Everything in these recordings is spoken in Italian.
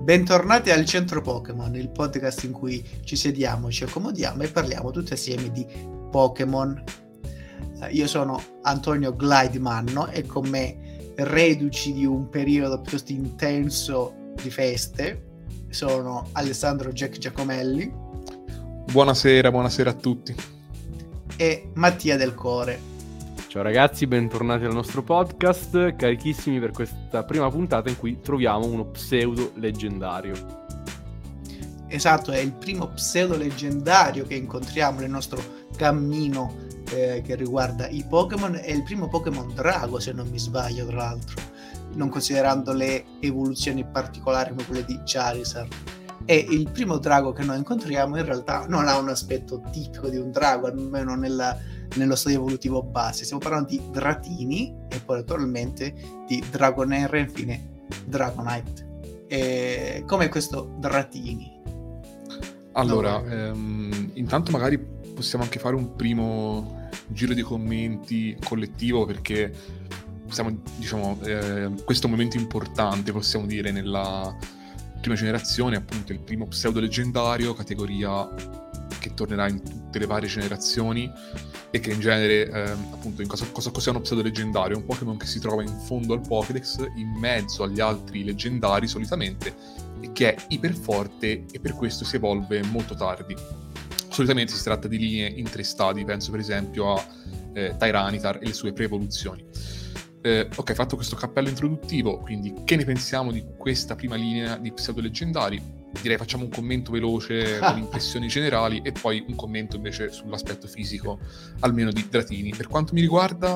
Bentornati al Centro Pokémon, il podcast in cui ci sediamo, ci accomodiamo e parliamo tutti assieme di Pokémon. Io sono Antonio Glidemanno e con me, reduci di un periodo piuttosto intenso di feste, sono Alessandro Jack Giacomelli. Buonasera a tutti. E Mattia Del Core. Ciao ragazzi, bentornati al nostro podcast, carichissimi per questa prima puntata in cui troviamo uno pseudo leggendario. Esatto, è il primo pseudo leggendario che incontriamo nel nostro cammino che riguarda i Pokémon. È il primo Pokémon Drago, se non mi sbaglio, tra l'altro, non considerando le evoluzioni particolari come quelle di Charizard. E il primo drago che noi incontriamo in realtà non ha un aspetto tipico di un drago, almeno nello stadio evolutivo base. Stiamo parlando di Dratini e poi naturalmente di Dragonair e infine Dragonite. Com'è questo Dratini? Allora, intanto magari possiamo anche fare un primo giro di commenti collettivo, perché siamo, questo è un momento importante, possiamo dire, nella prima generazione, appunto il primo pseudo leggendario, categoria che tornerà in tutte le varie generazioni e che in genere, appunto, in cosa cos'è uno pseudo leggendario? È un Pokémon che si trova in fondo al Pokédex, in mezzo agli altri leggendari solitamente, e che è iperforte e per questo si evolve molto tardi. Solitamente si tratta di linee in 3 stadi, penso per esempio a Tyranitar e le sue pre-evoluzioni. Ok, fatto questo cappello introduttivo, quindi che ne pensiamo di questa prima linea di pseudo leggendari? Direi facciamo un commento veloce con impressioni generali e poi un commento invece sull'aspetto fisico, almeno di Dratini. Per quanto mi riguarda,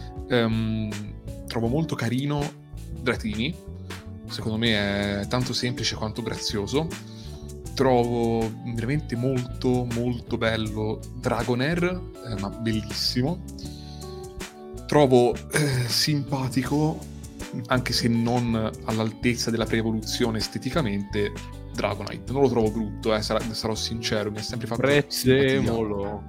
trovo molto carino Dratini, secondo me è tanto semplice quanto grazioso. Trovo veramente molto molto bello Dragonair, ma bellissimo. Trovo simpatico, anche se non all'altezza della pre-evoluzione esteticamente, Dragonite. Non lo trovo brutto, sarò sincero, mi ha sempre fatto prezzemolo.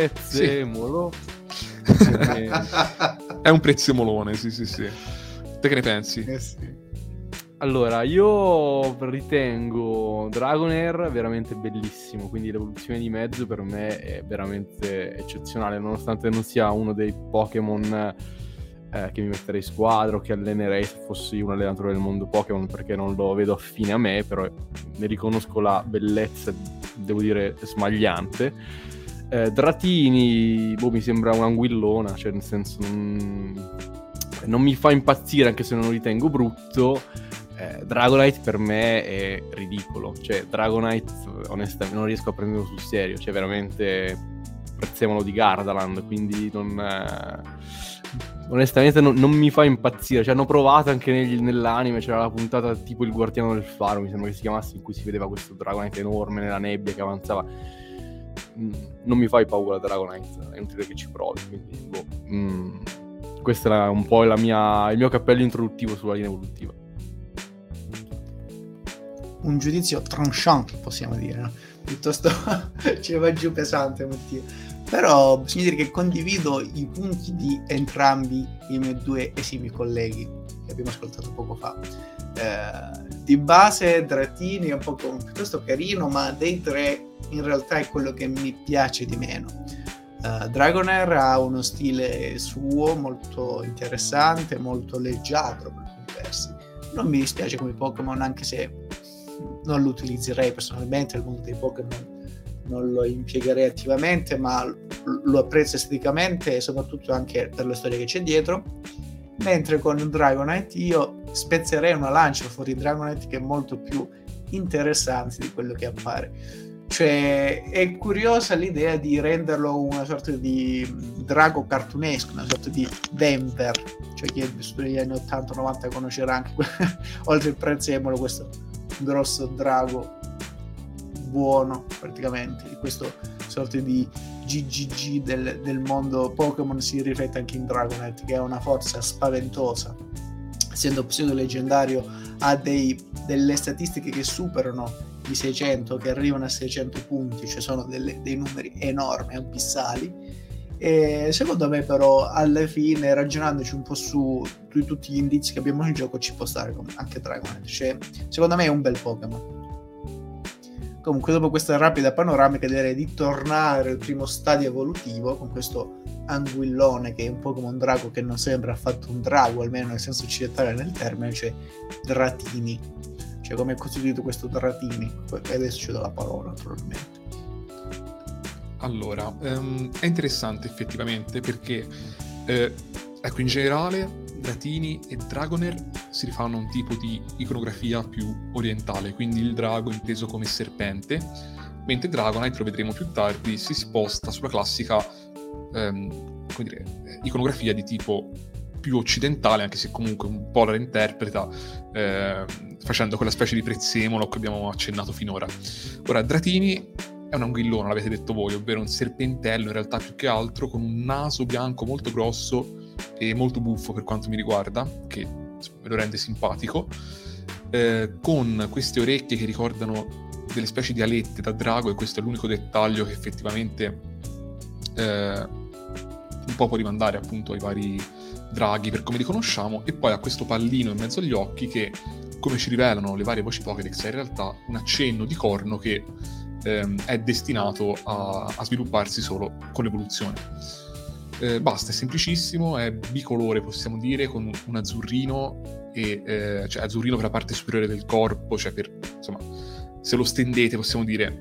Sì. È un prezzemolone, sì. Te che ne pensi? Sì. Allora, io ritengo Dragonair veramente bellissimo, quindi l'evoluzione di mezzo per me è veramente eccezionale, nonostante non sia uno dei Pokémon che mi metterei in squadra o che allenerei se fossi un allenatore del mondo Pokémon, perché non lo vedo affine a me, però ne riconosco la bellezza, devo dire, smagliante. Dratini, mi sembra un'anguillona, cioè nel senso non mi fa impazzire, anche se non lo ritengo brutto. Dragonite per me è ridicolo, cioè Dragonite onestamente non riesco a prenderlo sul serio, cioè veramente prezzemolo di Gardaland, quindi onestamente non mi fa impazzire. Cioè hanno provato anche nell'anime, c'era la puntata tipo il Guardiano del Faro, mi sembra che si chiamasse, in cui si vedeva questo Dragonite enorme nella nebbia che avanzava. Non mi fai paura Dragonite, è inutile che ci provi, quindi questo è un po' il mio cappello introduttivo sulla linea evolutiva. Un giudizio tranchant, possiamo dire, no? Piuttosto ci va giù pesante, Mattia. Però bisogna dire che condivido i punti di entrambi i miei 2 esimi colleghi che abbiamo ascoltato poco fa. Di base Dratini è un po' piuttosto carino, ma dei 3 in realtà è quello che mi piace di meno. Dragonair ha uno stile suo molto interessante, molto leggiadro per alcuni versi. Non mi dispiace come Pokémon, anche se non lo utilizzerei personalmente nel mondo dei Pokémon, non lo impiegherei attivamente, ma lo apprezzo esteticamente e soprattutto anche per la storia che c'è dietro. Mentre con Dragonite io spezzerei una lancia fuori Dragonite, che è molto più interessante di quello che appare. Cioè è curiosa l'idea di renderlo una sorta di drago cartunesco, una sorta di Denver, cioè chi è vissuto negli anni 80-90 conoscerà anche oltre il prezzemolo questo grosso drago buono, praticamente, di questo sorta di GGG del mondo Pokémon. Si riflette anche in Dragonite, che ha una forza spaventosa, essendo pseudo leggendario ha delle statistiche che superano i 600, che arrivano a 600 punti, cioè sono dei numeri enormi, abissali, E secondo me però alla fine, ragionandoci un po' su tutti gli indizi che abbiamo nel gioco, ci può stare anche Dragonite, cioè secondo me è un bel Pokémon. Comunque dopo questa rapida panoramica direi di tornare al primo stadio evolutivo con questo Anguillone, che è un Pokémon drago che non sembra affatto un drago, almeno nel senso occidentale del termine, cioè Dratini. Cioè come è costituito questo Dratini? E adesso ci do la parola naturalmente. Allora, è interessante effettivamente perché, ecco, in generale Dratini e Dragonair si rifanno a un tipo di iconografia più orientale, quindi il drago inteso come serpente, mentre Dragonite, lo vedremo più tardi, si sposta sulla classica come dire, iconografia di tipo più occidentale, anche se comunque un po' la interpreta facendo quella specie di prezzemolo a cui abbiamo accennato finora. Ora, Dratini è un anguillone, l'avete detto voi, ovvero un serpentello in realtà più che altro, con un naso bianco molto grosso e molto buffo per quanto mi riguarda, che insomma, me lo rende simpatico, con queste orecchie che ricordano delle specie di alette da drago, e questo è l'unico dettaglio che effettivamente un po' può rimandare appunto ai vari draghi per come li conosciamo, e poi ha questo pallino in mezzo agli occhi che, come ci rivelano le varie voci Pokédex, è in realtà un accenno di corno che è destinato a svilupparsi solo con l'evoluzione. Basta, è semplicissimo, è bicolore possiamo dire, con un azzurrino, cioè azzurrino per la parte superiore del corpo, cioè per, insomma, se lo stendete possiamo dire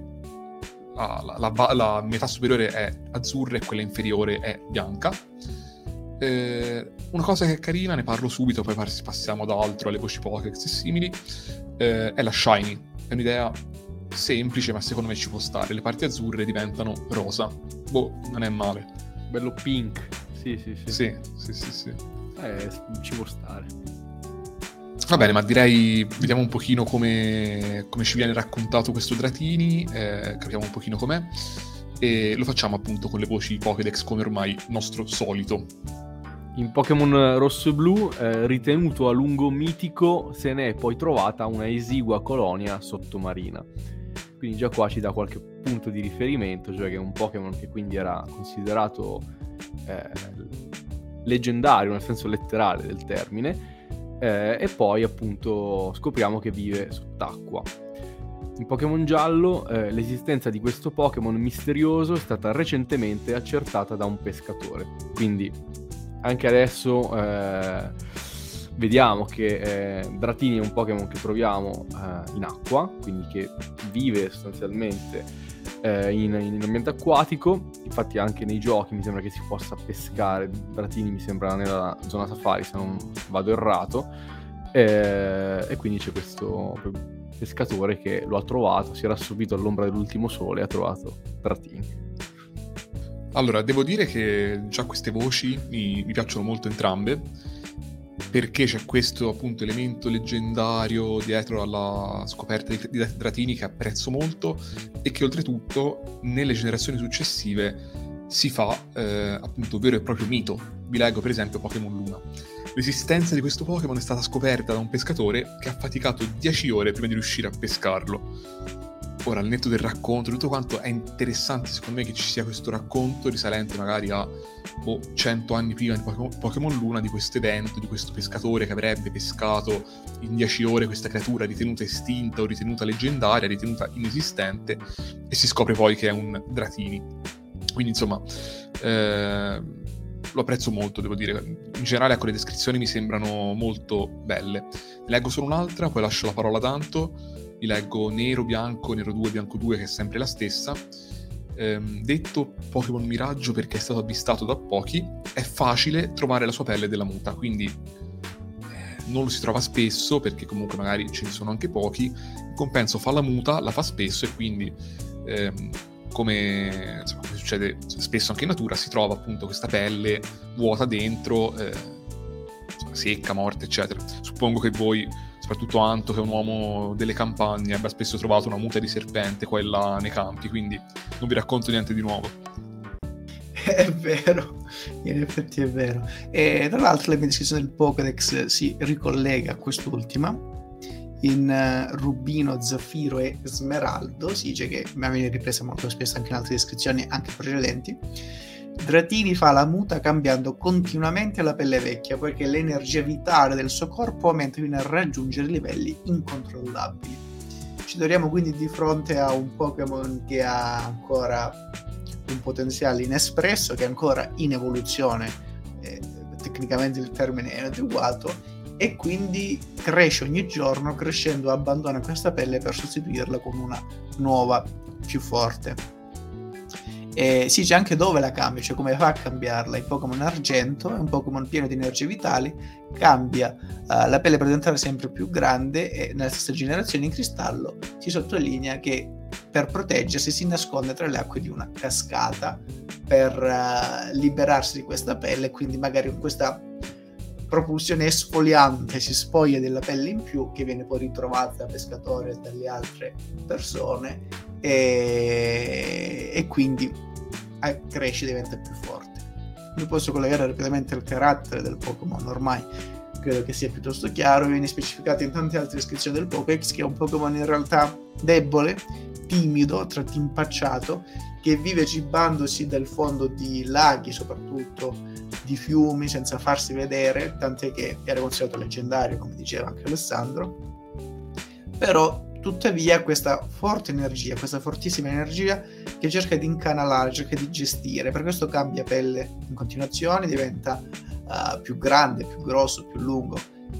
la metà superiore è azzurra e quella inferiore è bianca. Una cosa che è carina, ne parlo subito, poi passiamo ad altro, alle voci Pokédex e simili, è la Shiny. È un'idea semplice, ma secondo me ci può stare. Le parti azzurre diventano rosa. Boh, non è male. Bello pink. Sì. Sì. Ci può stare. Va bene, ma direi vediamo un pochino come ci viene raccontato questo Dratini, capiamo un pochino com'è, e lo facciamo appunto con le voci Pokédex come ormai nostro solito. In Pokémon rosso e blu, ritenuto a lungo mitico, se ne è poi trovata una esigua colonia sottomarina. Quindi già qua ci dà qualche punto di riferimento, cioè che è un Pokémon che quindi era considerato leggendario nel senso letterale del termine, e poi appunto scopriamo che vive sott'acqua. In Pokémon giallo l'esistenza di questo Pokémon misterioso è stata recentemente accertata da un pescatore, quindi anche adesso vediamo che Dratini è un Pokémon che troviamo in acqua, quindi che vive sostanzialmente in ambiente acquatico. Infatti anche nei giochi mi sembra che si possa pescare Dratini, mi sembra nella zona safari se non vado errato, e quindi c'è questo pescatore che lo ha trovato, si era subito all'ombra dell'ultimo sole e ha trovato Dratini. Allora, devo dire che già queste voci mi piacciono molto entrambe, perché c'è questo appunto elemento leggendario dietro alla scoperta di Dratini che apprezzo molto, e che oltretutto nelle generazioni successive si fa appunto vero e proprio mito. Vi leggo per esempio Pokémon Luna. L'esistenza di questo Pokémon è stata scoperta da un pescatore che ha faticato 10 ore prima di riuscire a pescarlo. Ora, al netto del racconto, tutto quanto, è interessante secondo me che ci sia questo racconto risalente magari a 100 anni prima di Pokémon Luna, di questo evento, di questo pescatore che avrebbe pescato in 10 ore questa creatura ritenuta estinta o ritenuta leggendaria, ritenuta inesistente, e si scopre poi che è un Dratini. Quindi insomma lo apprezzo molto, devo dire. In generale, ecco, le descrizioni mi sembrano molto belle. Ne leggo solo un'altra, poi lascio la parola a Danto. Vi leggo Nero, Bianco, Nero 2, Bianco 2, che è sempre la stessa. Detto Pokémon Miraggio perché è stato avvistato da pochi, è facile trovare la sua pelle della muta, quindi non lo si trova spesso perché comunque magari ce ne sono anche pochi. In compenso fa la muta, la fa spesso, e quindi come succede spesso anche in natura, si trova appunto questa pelle vuota dentro, secca, morta, eccetera. Suppongo che voi, soprattutto Anto, che è un uomo delle campagne, abbia spesso trovato una muta di serpente qua e là nei campi, quindi non vi racconto niente di nuovo. È vero, in effetti è vero. E tra l'altro la mia descrizione del Pokédex si ricollega a quest'ultima. In Rubino, Zaffiro e Smeraldo si dice che mi viene ripresa molto spesso anche in altre descrizioni, anche precedenti. Dratini fa la muta cambiando continuamente la pelle vecchia, poiché l'energia vitale del suo corpo aumenta fino a raggiungere livelli incontrollabili. Ci troviamo quindi di fronte a un Pokémon che ha ancora un potenziale inespresso, che è ancora in evoluzione, tecnicamente il termine è adeguato, e quindi cresce ogni giorno, crescendo abbandona questa pelle per sostituirla con una nuova più forte. Sì, c'è anche dove la cambia, cioè come fa a cambiarla. Il Pokémon Argento è un Pokémon pieno di energie vitali, cambia la pelle per diventare sempre più grande, e nella stessa generazione in Cristallo si sottolinea che per proteggersi si nasconde tra le acque di una cascata per liberarsi di questa pelle, quindi magari con questa propulsione esfoliante si spoglia della pelle in più, che viene poi ritrovata da pescatori e dalle altre persone, e quindi cresce, diventa più forte. Io posso collegare rapidamente il carattere del Pokémon, ormai credo che sia piuttosto chiaro, viene specificato in tante altre descrizioni del Pokédex che è un Pokémon in realtà debole, timido, a tratti impacciato, che vive cibandosi del fondo di laghi, soprattutto di fiumi, senza farsi vedere, tant'è che era considerato leggendario, come diceva anche Alessandro. Però tuttavia questa forte energia, questa fortissima energia che cerca di incanalare, cerca di gestire, per questo cambia pelle in continuazione, diventa più grande, più grosso, più lungo,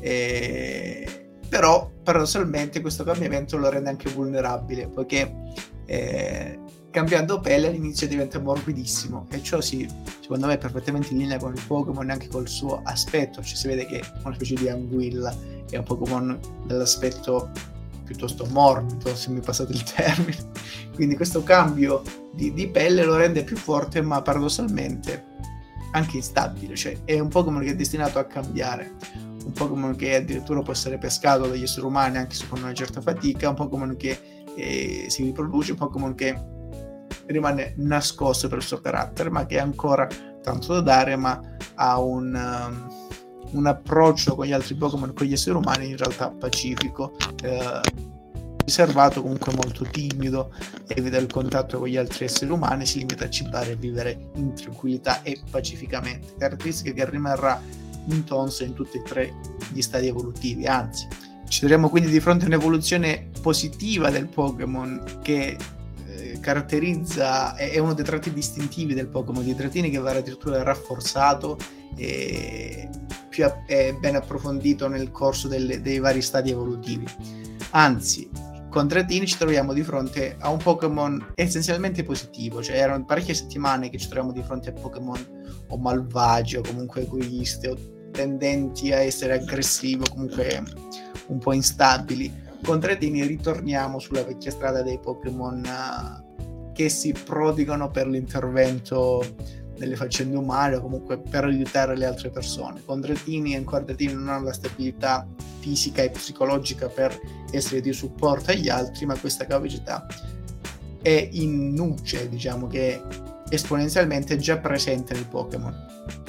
però paradossalmente questo cambiamento lo rende anche vulnerabile, poiché cambiando pelle all'inizio diventa morbidissimo, e ciò secondo me è perfettamente in linea con il Pokémon e anche col suo aspetto, cioè si vede che è una specie di anguilla, è un Pokémon dall'aspetto piuttosto morbido, se mi passate il termine, quindi questo cambio di pelle lo rende più forte, ma paradossalmente anche instabile, cioè è un Pokémon che è destinato a cambiare, un Pokémon che addirittura può essere pescato dagli esseri umani anche se con una certa fatica, un Pokémon che si riproduce, un Pokémon che rimane nascosto per il suo carattere, ma che ha ancora tanto da dare, ma ha un approccio con gli altri Pokémon, con gli esseri umani in realtà pacifico, riservato, comunque molto timido, evita il contatto con gli altri esseri umani, si limita a cibare e vivere in tranquillità e pacificamente, caratteristica che rimarrà intonsa in tutti e tre gli stadi evolutivi. Anzi, ci troviamo quindi di fronte a un'evoluzione positiva del Pokémon che caratterizza, è uno dei tratti distintivi del Pokémon di Dratini, che verrà addirittura rafforzato e ben approfondito nel corso dei vari stadi evolutivi. Anzi, con Dratini ci troviamo di fronte a un Pokémon essenzialmente positivo, cioè erano parecchie settimane che ci troviamo di fronte a Pokémon o malvagi o comunque egoisti o tendenti a essere aggressivi o comunque un po' instabili. Con Dratini ritorniamo sulla vecchia strada dei Pokémon che si prodigano per l'intervento nelle faccende umane o comunque per aiutare le altre persone. Con Dratini non hanno la stabilità fisica e psicologica per essere di supporto agli altri, ma questa capacità è in nuce, diciamo che esponenzialmente già presente nel Pokémon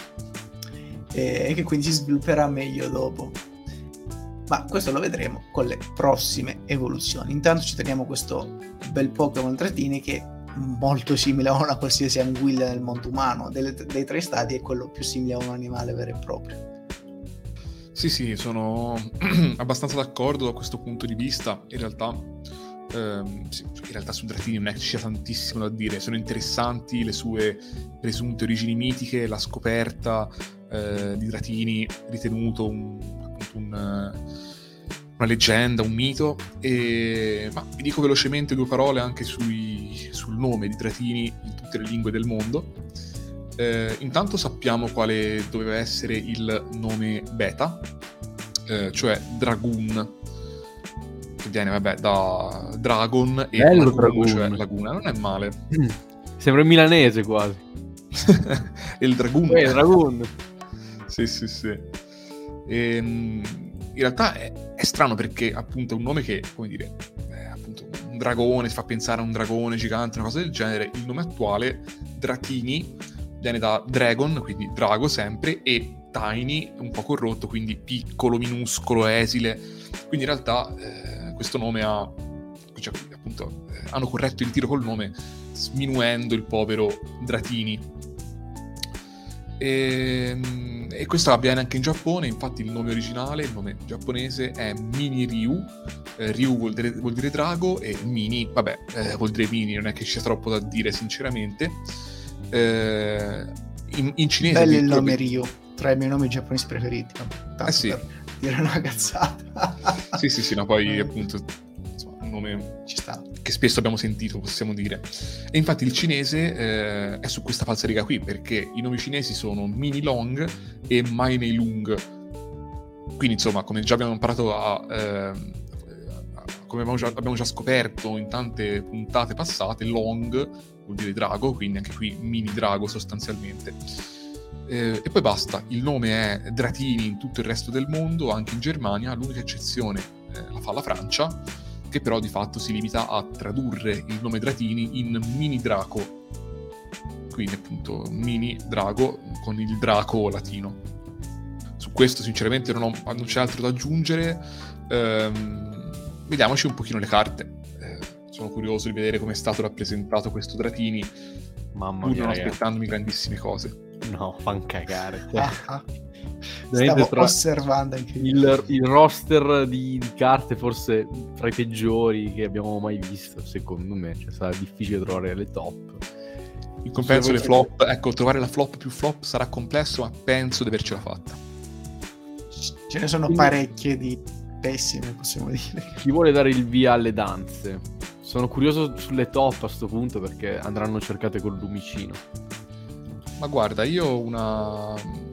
e che quindi si svilupperà meglio dopo. Ma questo lo vedremo con le prossime evoluzioni. Intanto ci teniamo questo bel Pokémon Dratini che è molto simile a una qualsiasi anguilla nel mondo umano. Dei tre stadi è quello più simile a un animale vero e proprio. Sì, sono abbastanza d'accordo da questo punto di vista. In realtà su Dratini non è che ci sia tantissimo da dire. Sono interessanti le sue presunte origini mitiche, la scoperta di Dratini ritenuto una leggenda, un mito, ma vi dico velocemente due parole anche sul nome di Dratini in tutte le lingue del mondo. Intanto sappiamo quale doveva essere il nome beta, cioè Dragoon, che viene da Dragon e Lagoon, cioè laguna, non è male. Sembra milanese quasi. Il Dragoon. Dragoon. Sì. In realtà è strano perché appunto è un nome che, come dire, appunto un dragone, si fa pensare a un dragone gigante, una cosa del genere. Il nome attuale, Dratini, viene da Dragon, quindi drago sempre, e Tiny, un po' corrotto, quindi piccolo, minuscolo, esile. Quindi in realtà questo nome hanno corretto il tiro col nome, sminuendo il povero Dratini. E questo avviene anche in Giappone, infatti il nome originale, il nome giapponese è Mini Ryu. Ryu vuol dire drago, e Mini, vuol dire mini, non è che ci sia troppo da dire sinceramente. In cinese... Bello il nome Ryu, tra i miei nomi giapponesi preferiti. Tanto sì. Per dire una cazzata. Sì, no, poi appunto insomma, un nome ci sta, che spesso abbiamo sentito, possiamo dire. E infatti il cinese è su questa falsariga qui, perché i nomi cinesi sono Mini Long e Mai Nei Lung. Quindi insomma, come già abbiamo imparato come abbiamo già scoperto in tante puntate passate, Long vuol dire drago, quindi anche qui mini drago sostanzialmente. E poi basta, il nome è Dratini in tutto il resto del mondo, anche in Germania. L'unica eccezione la fa la Francia, che però di fatto si limita a tradurre il nome Dratini in mini draco, quindi appunto mini drago con il draco latino. Su questo sinceramente non c'è altro da aggiungere. Vediamoci un pochino le carte. Sono curioso di vedere come è stato rappresentato questo Dratini, mamma pur mia, non ragazzi. aspettandomi grandissime cose. No, fan cagare. Stavo osservando anche il roster di carte forse fra i peggiori che abbiamo mai visto, secondo me. Cioè, sarà difficile trovare le top. In compenso le flop, ecco, trovare la flop più flop sarà complesso, ma penso di avercela fatta. Ce ne sono parecchie di pessime, possiamo dire. Chi vuole dare il via alle danze? Sono curioso sulle top a sto punto, perché andranno cercate col lumicino. Ma guarda, io una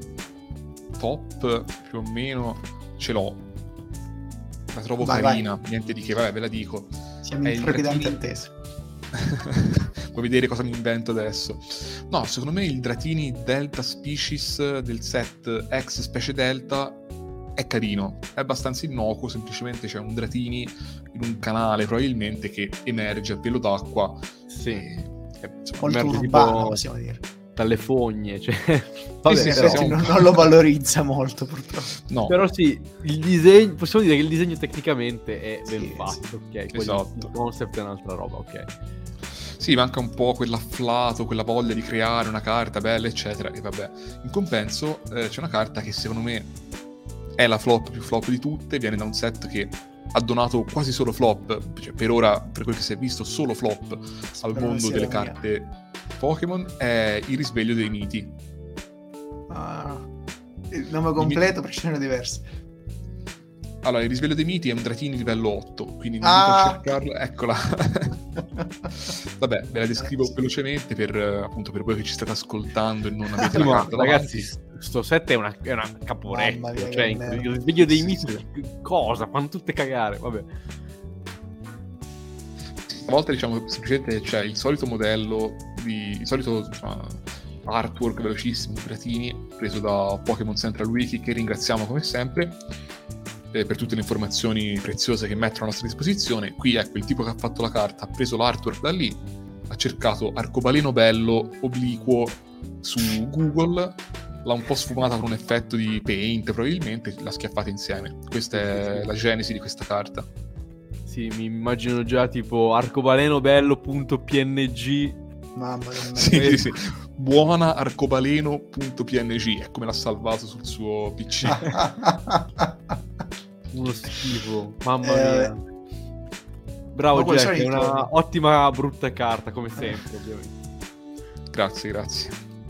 top più o meno ce l'ho. La trovo carina, niente di che, vabbè, ve la dico. Siamo in trepidante attesa. Vuoi vedere cosa mi invento adesso? No, secondo me il Dratini Delta Species del set X Specie Delta è carino, è abbastanza innocuo, semplicemente c'è un Dratini in un canale probabilmente che emerge a pelo d'acqua. Sì, molto urbano, possiamo dire. Dalle fogne, cioè... Vabbè, sì, non lo valorizza molto purtroppo. No. Però sì, il disegno, possiamo dire che il disegno tecnicamente è ben fatto, sì. ok? Esatto. Il concept è un'altra roba, ok? Sì, manca un po' quell'afflato, quella voglia di creare una carta bella, eccetera, e vabbè. In compenso c'è una carta che secondo me è la flop più flop di tutte, viene da un set che ha donato quasi solo flop, cioè per ora, per quel che si è visto, solo flop al mondo delle carte Pokémon, è il Risveglio dei Miti. Il nome completo, per ce ne diverse. Allora, il Risveglio dei Miti è un Dratini livello 8, quindi non dico a cercarlo, eccola. Vabbè, ve la descrivo velocemente per appunto per voi che ci state ascoltando e non avete la carta ragazzi, davanti. Sto set è una caporetta, cioè il Risveglio dei Miti, cosa? Fanno tutte cagare, vabbè. Stavolta diciamo semplicemente c'è il solito modello, il solito artwork velocissimo di Dratini preso da Pokémon Central Wiki, che ringraziamo come sempre per tutte le informazioni preziose che mettono a nostra disposizione. Qui ecco, il tipo che ha fatto la carta ha preso l'artwork da lì, ha cercato arcobaleno bello obliquo su Google, l'ha un po' sfumata con un effetto di paint probabilmente, l'ha schiaffata insieme. Questa è la genesi di questa carta. Sì, mi immagino già tipo arcobaleno.bello.png. Mamma mia. Sì. Buona arcobaleno.png, è come l'ha salvato sul suo PC. Uno schifo, mamma mia. Bravo Jack, è una ottima brutta carta come sempre, ovviamente. Grazie.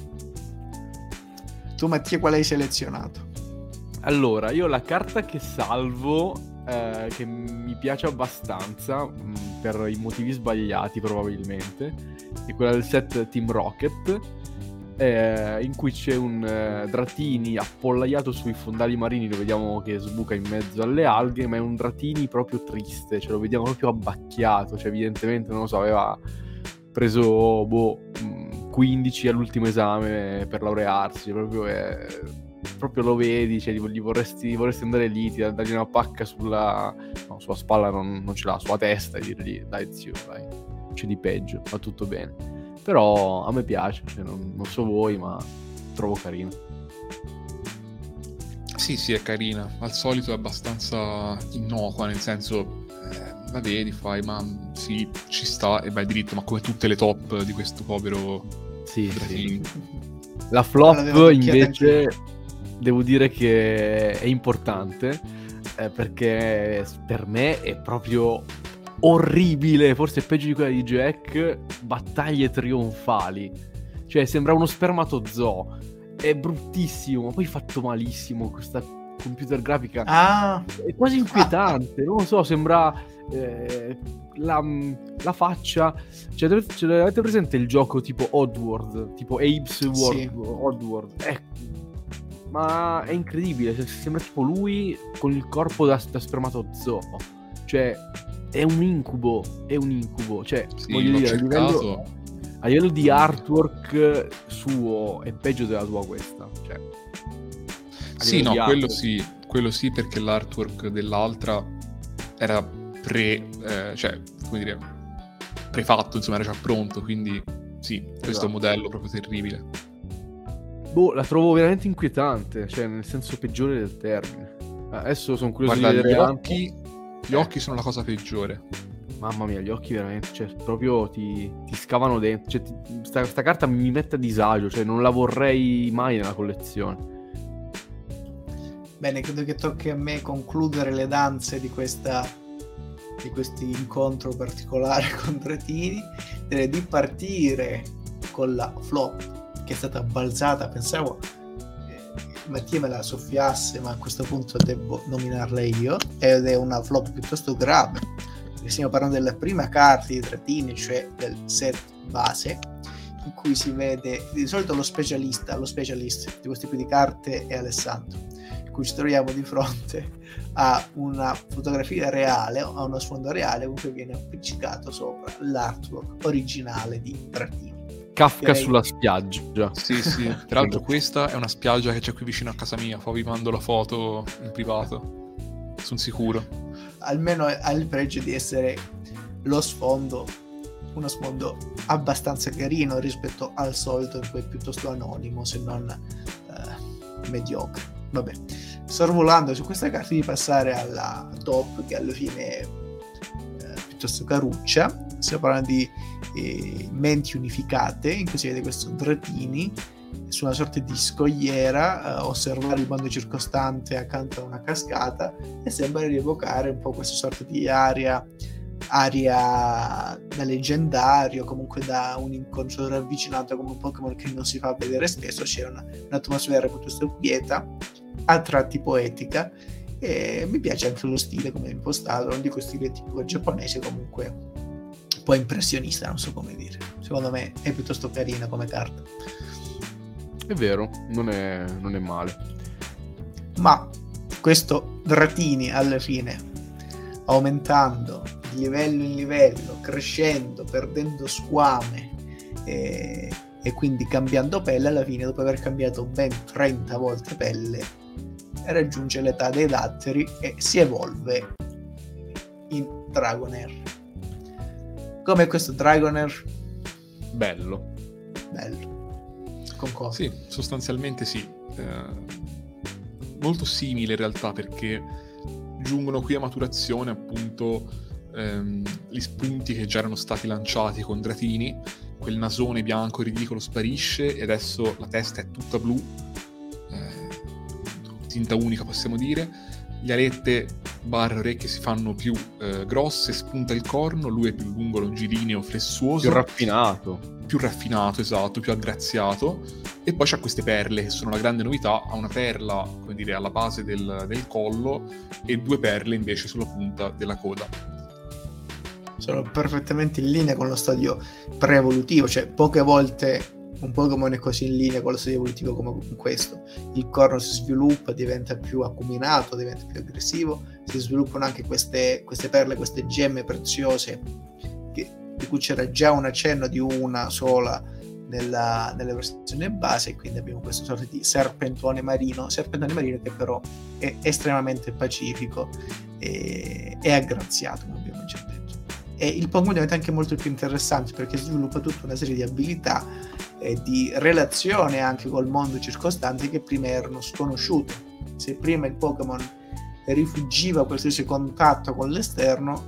Tu Mattia, quale hai selezionato? Allora, io la carta che salvo, che mi piace abbastanza, per i motivi sbagliati probabilmente, è quella del set Team Rocket, in cui c'è un Dratini appollaiato sui fondali marini, lo vediamo che sbuca in mezzo alle alghe, ma è un Dratini proprio triste, cioè lo vediamo proprio abbacchiato, cioè evidentemente, non lo so, aveva preso 15 all'ultimo esame per laurearsi, proprio lo vedi, cioè gli vorresti andare lì, dargli una pacca sulla spalla, non ce l'ha, sulla testa, e dirgli dai zio, dai, c'è di peggio, va tutto bene. Però a me piace, cioè non so voi, ma trovo carino. Sì, è carina. Al solito è abbastanza innocua, nel senso la vedi, fai, ma sì, ci sta e vai dritto, ma come tutte le top di questo povero Sì. La flop l'avevo tocchiata invece devo dire che è importante, perché per me è proprio orribile, forse è peggio di quella di Jack, Battaglie trionfali. Cioè sembra uno spermatozoo, è bruttissimo, poi fatto malissimo, questa computer grafica è quasi inquietante, non lo so, sembra la faccia, cioè avete presente il gioco tipo Oddworld, tipo Abe's World, Sì. Oddworld, ma è incredibile, cioè, sembra tipo lui con il corpo da spermatozoo, cioè è un incubo, cioè Sì, voglio l'ho dire, cercato. a livello di artwork suo è peggio della tua questa, cioè a Sì, livello no, di quello sì, perché l'artwork dell'altra era cioè, come dire, prefatto, insomma, era già pronto, quindi sì, questo è Esatto. un modello proprio terribile. la trovo veramente inquietante, cioè nel senso peggiore del termine. Adesso sono curioso Guarda, di gli vedere occhi, gli occhi sono la cosa peggiore. Mamma mia, gli occhi veramente, cioè proprio ti scavano dentro, cioè sta carta mi mette a disagio, cioè non la vorrei mai nella collezione. Bene, credo che tocchi a me concludere le danze di questo incontro particolare con Dratini. Direi di partire con la flop, che è stata balzata, pensavo Mattia me la soffiasse, ma a questo punto devo nominarla io, ed è una flop piuttosto grave, perché stiamo parlando della prima carta di Dratini, cioè del set base, in cui si vede di solito lo specialist di questo tipo di carte è Alessandro, in cui ci troviamo di fronte a una fotografia reale, a uno sfondo reale con cui viene appiccicato sopra l'artwork originale di Dratini. Kafka Direi... sulla spiaggia. Sì, sì. Tra l'altro questa è una spiaggia che c'è qui vicino a casa mia, poi vi mando la foto in privato, sono sicuro. Almeno ha il pregio di essere uno sfondo abbastanza carino rispetto al solito, in cui è piuttosto anonimo, se non mediocre. Vabbè, sorvolando su questa carta, di passare alla top, che alla fine è piuttosto caruccia. Stiamo parlando di menti unificate, in cui si vede questo Dratini su una sorta di scogliera, osservare il mondo circostante accanto a una cascata, e sembra rievocare un po' questa sorta di aria da leggendario, comunque da un incontro ravvicinato come un Pokémon che non si fa vedere spesso. C'è un'atmosfera piuttosto quieta, a tratti poetica, e mi piace anche lo stile come è impostato, non dico stile tipico giapponese, comunque un po' impressionista, non so come dire. Secondo me è piuttosto carina come carta. È vero, non è male. Ma questo Dratini alla fine, aumentando di livello in livello, crescendo, perdendo squame e quindi cambiando pelle, alla fine, dopo aver cambiato ben 30 volte pelle, raggiunge l'età dei datteri e si evolve in Dragonair. Come questo Dragonair? Bello. Concordo. Sì, sostanzialmente sì. Molto simile in realtà, perché giungono qui a maturazione appunto gli spunti che già erano stati lanciati con Dratini. Quel nasone bianco ridicolo sparisce e adesso la testa è tutta blu, tinta unica possiamo dire. Le alette barre orecchie si fanno più grosse, spunta il corno, lui è più lungo, longilineo, flessuoso, Più raffinato, esatto, più aggraziato. E poi c'ha queste perle che sono la grande novità. Ha una perla, come dire, alla base del collo e 2 perle invece sulla punta della coda. Sono perfettamente in linea con lo stadio pre-evolutivo, cioè poche volte un Pokémon è così in linea con lo stadio evolutivo come con questo. Il corno si sviluppa, diventa più acuminato, diventa più aggressivo, si sviluppano anche queste perle, queste gemme preziose di cui c'era già un accenno di una sola nella versione base, e quindi abbiamo questa sorta di serpentone marino che però è estremamente pacifico e aggraziato, come abbiamo già detto. E il Pokémon diventa anche molto più interessante perché sviluppa tutta una serie di abilità e di relazione anche col mondo circostante che prima erano sconosciute. Se prima il Pokémon rifuggiva qualsiasi contatto con l'esterno,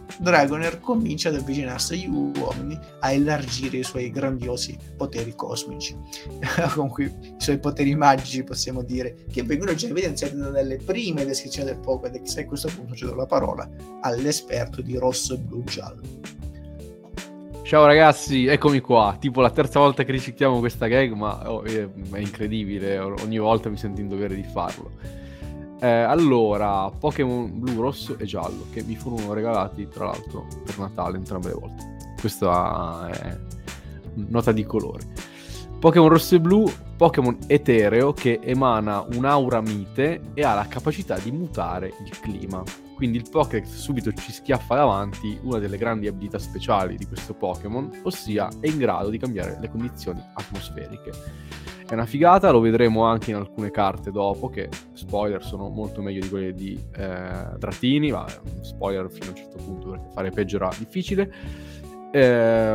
Dragonair comincia ad avvicinarsi agli uomini, a elargire i suoi grandiosi poteri cosmici, comunque i suoi poteri magici, possiamo dire, che vengono già evidenziati dalle prime descrizioni del Pokédex. E a questo punto cedo la parola all'esperto di rosso, blu, giallo. Ciao ragazzi, eccomi qua, tipo la terza volta che ricicliamo questa gag, ma è incredibile, ogni volta mi sento in dovere di farlo. Allora, Pokémon blu, rosso e giallo, che mi furono regalati tra l'altro per Natale entrambe le volte. Questa è nota di colore. Pokémon rosso e blu, Pokémon etereo che emana un'aura mite e ha la capacità di mutare il clima. Quindi il Pokédex subito ci schiaffa davanti una delle grandi abilità speciali di questo Pokémon, ossia è in grado di cambiare le condizioni atmosferiche. È una figata, lo vedremo anche in alcune carte dopo, che, spoiler, sono molto meglio di quelle di Dratini, ma spoiler fino a un certo punto perché fare peggio era difficile. E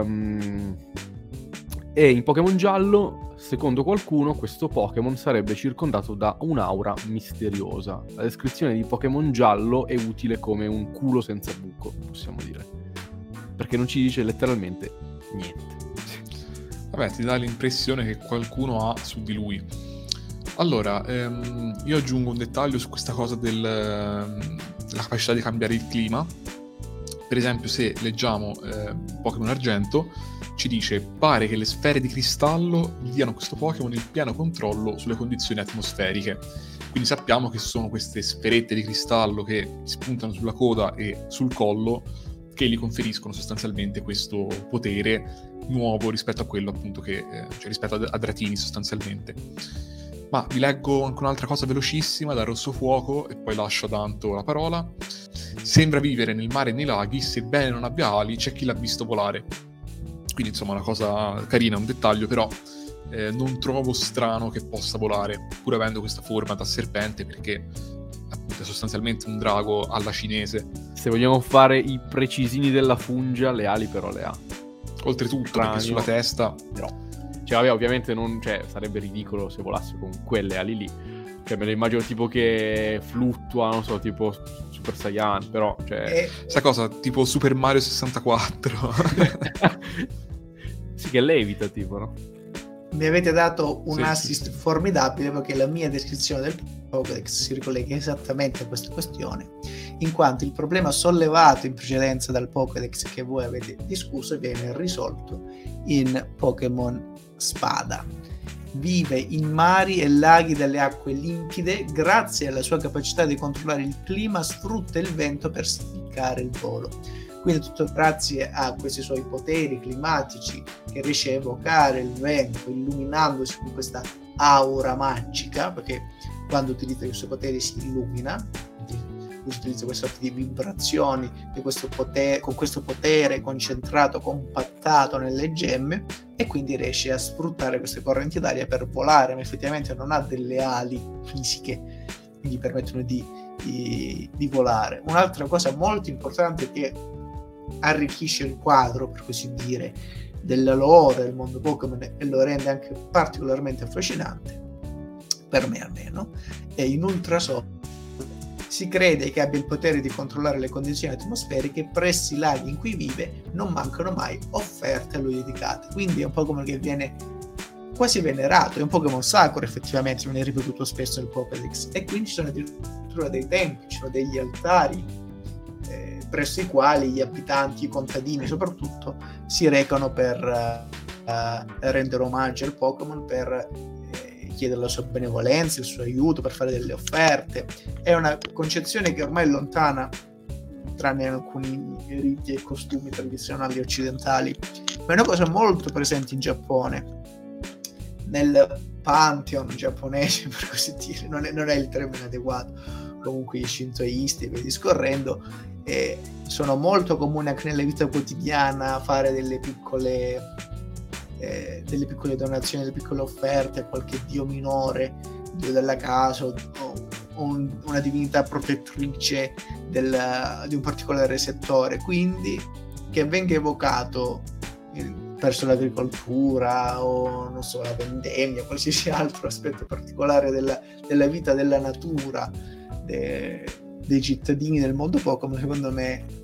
in Pokémon giallo, secondo qualcuno, questo Pokémon sarebbe circondato da un'aura misteriosa. La descrizione di Pokémon giallo è utile come un culo senza buco, possiamo dire, perché non ci dice letteralmente niente. Vabbè, ti dà l'impressione che qualcuno ha su di lui. Allora, io aggiungo un dettaglio su questa cosa della capacità di cambiare il clima. Per esempio, se leggiamo Pokémon Argento, ci dice: pare che le sfere di cristallo gli diano a questo Pokémon il pieno controllo sulle condizioni atmosferiche. Quindi sappiamo che sono queste sferette di cristallo che spuntano sulla coda e sul collo, che gli conferiscono sostanzialmente questo potere nuovo rispetto a quello appunto che cioè rispetto a Dratini sostanzialmente. Ma vi leggo anche un'altra cosa velocissima da Rosso Fuoco e poi lascio a Danto la parola. Sembra vivere nel mare e nei laghi, sebbene non abbia ali c'è chi l'ha visto volare. Quindi insomma una cosa carina, un dettaglio, però non trovo strano che possa volare, pur avendo questa forma da serpente, perché appunto è sostanzialmente un drago alla cinese. Se vogliamo fare i precisini della fungia, le ali però le ha. Oltretutto, perché sulla testa... Però, cioè vabbè, ovviamente non, cioè, sarebbe ridicolo se volasse con quelle ali lì. Cioè me lo immagino tipo che fluttua, non so, tipo Super Saiyan, però, cioè... Sta cosa, tipo Super Mario 64. Sì, che levita, tipo, no? Mi avete dato un Sì, assist formidabile, perché la mia descrizione del Pokédex si ricollega esattamente a questa questione, in quanto il problema sollevato in precedenza dal Pokédex che voi avete discusso viene risolto in Pokémon Spada. Vive in mari e laghi dalle acque limpide, grazie alla sua capacità di controllare il clima sfrutta il vento per spiccare il volo. Quindi tutto grazie a questi suoi poteri climatici che riesce a evocare il vento illuminandosi con questa aura magica, perché quando utilizza i suoi poteri si illumina, utilizza questa sorta di vibrazioni di questo potere, con questo potere concentrato, compattato nelle gemme, e quindi riesce a sfruttare queste correnti d'aria per volare, ma effettivamente non ha delle ali fisiche che gli permettono di volare. Un'altra cosa molto importante che arricchisce il quadro, per così dire, della lore del mondo Pokémon e lo rende anche particolarmente affascinante, per me almeno, è in Ultrason si crede che abbia il potere di controllare le condizioni atmosferiche presso i laghi in cui vive, non mancano mai offerte a lui dedicate. Quindi è un Pokémon che viene quasi venerato, è un Pokémon sacro effettivamente, viene ripetuto spesso nel Pokédex, e quindi ci sono addirittura dei templi, ci sono degli altari presso i quali gli abitanti, i contadini soprattutto, si recano per rendere omaggio al Pokémon, per chiedere la sua benevolenza, il suo aiuto, per fare delle offerte. È una concezione che ormai è lontana, tranne in alcuni riti e costumi tradizionali occidentali, ma è una cosa molto presente in Giappone, nel pantheon giapponese, per così dire. Non è il termine adeguato, comunque i shintoisti e via discorrendo, sono molto comuni anche nella vita quotidiana fare delle piccole donazioni, delle piccole offerte a qualche dio minore, dio della casa o una divinità protettrice di un particolare settore, quindi che venga evocato verso l'agricoltura o non so, la vendemmia, qualsiasi altro aspetto particolare della vita, della natura dei cittadini del mondo Pokémon. Secondo me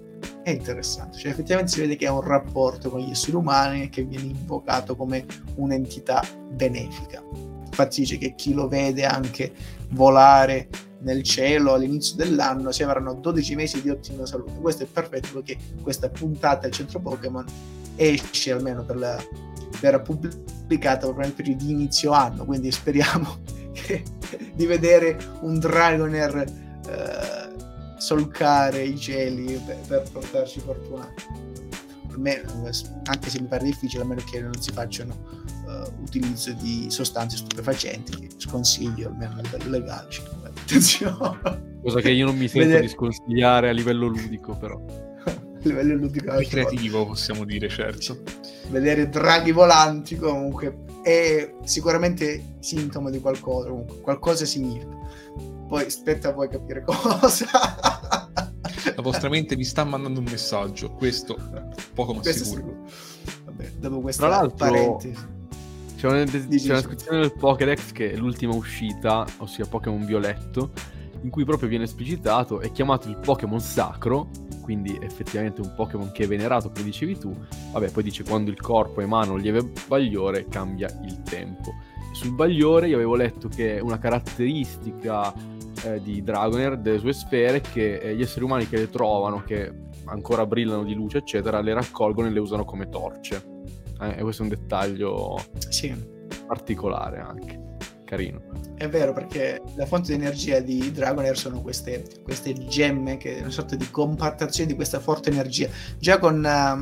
è interessante, cioè effettivamente si vede che ha un rapporto con gli esseri umani e che viene invocato come un'entità benefica. Infatti dice che chi lo vede anche volare nel cielo all'inizio dell'anno si avranno 12 mesi di ottima salute. Questo è perfetto perché questa puntata del Centro Pokémon esce almeno verrà pubblicata proprio nel periodo di inizio anno, quindi speriamo di vedere un Dragonair solcare i cieli per portarci fortuna. Per me, anche se mi pare difficile, a meno che non si facciano utilizzo di sostanze stupefacenti, che sconsiglio almeno a livello legale. Attenzione, cosa che io non mi sento di sconsigliare a livello ludico, però a livello ludico creativo possiamo dire, certo. Vedere draghi volanti comunque è sicuramente sintomo di qualcosa, comunque qualcosa significa. Poi spetta a voi capire cosa. La vostra mente vi sta mandando un messaggio, questo poco ma sicuro. Vabbè, dopo questa tra l'altro parentesi c'è una descrizione del Pokédex che è l'ultima uscita, ossia Pokémon Violetto, in cui proprio viene esplicitato, è chiamato il Pokémon Sacro, quindi effettivamente un Pokémon che è venerato, come dicevi tu. Vabbè, poi dice quando il corpo emana un lieve bagliore cambia il tempo. E sul bagliore io avevo letto che è una caratteristica di Dragonair, delle sue sfere, che gli esseri umani che le trovano, che ancora brillano di luce eccetera, le raccolgono e le usano come torce. E questo è un dettaglio particolare, anche carino. È vero, perché la fonte di energia di Dragonair sono queste gemme, che è una sorta di compattazione di questa forte energia. Già con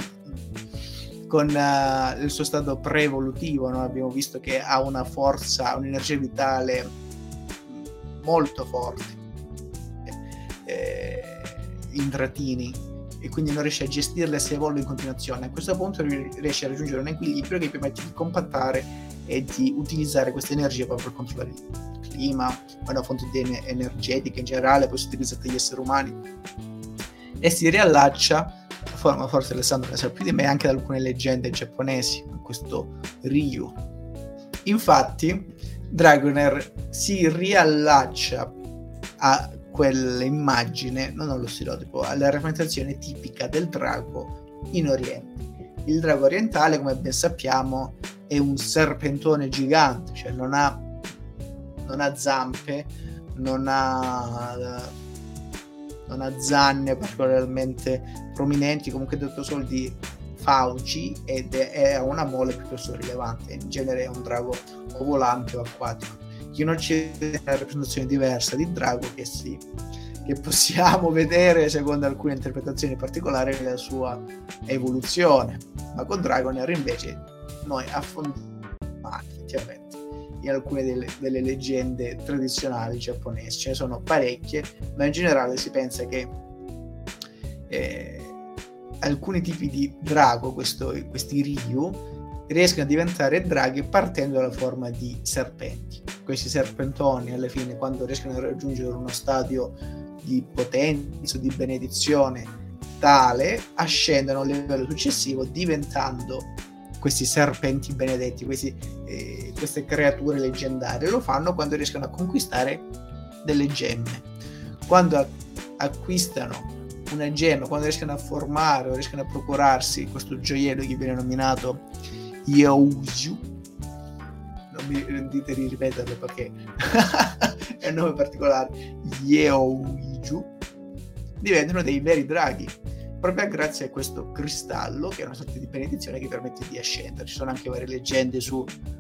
il suo stato pre-evolutivo, no? Abbiamo visto che ha una forza, un'energia vitale molto forte in Dratini, e quindi non riesce a gestirle se evolve in continuazione. A questo punto riesce a raggiungere un equilibrio che permette di compattare e di utilizzare questa energia proprio per controllare il clima, è una fonte energetica in generale, poi si utilizza dagli esseri umani, e si riallaccia, forse Alessandro ne sa più di me, anche da alcune leggende giapponesi, questo Ryu. Infatti Dragonair si riallaccia a quell'immagine, non allo stereotipo, alla rappresentazione tipica del drago in Oriente. Il drago orientale, come ben sappiamo, è un serpentone gigante, cioè non ha zampe, non ha zanne particolarmente prominenti, comunque detto solo di fauci, ed è una mole piuttosto rilevante. In genere è un drago o volante o acquatico. Chi non c'è una rappresentazione diversa di drago che possiamo vedere secondo alcune interpretazioni particolari nella sua evoluzione, ma con Dragonair invece noi affondiamo effettivamente in alcune delle leggende tradizionali giapponesi. Ce ne sono parecchie, ma in generale si pensa che alcuni tipi di drago, questi Ryu, riescono a diventare draghi partendo dalla forma di serpenti. Questi serpentoni alla fine, quando riescono a raggiungere uno stadio di potenza, di benedizione tale, ascendono a un livello successivo diventando questi serpenti benedetti, queste creature leggendarie. Lo fanno quando riescono a conquistare delle gemme. Quando acquistano una gemma, quando riescono a formare o riescono a procurarsi questo gioiello che viene nominato Youju, non mi dite di ripeterlo perché è un nome particolare, Youju, diventano dei veri draghi proprio grazie a questo cristallo, che è una sorta di benedizione che permette di ascendere. Ci sono anche varie leggende su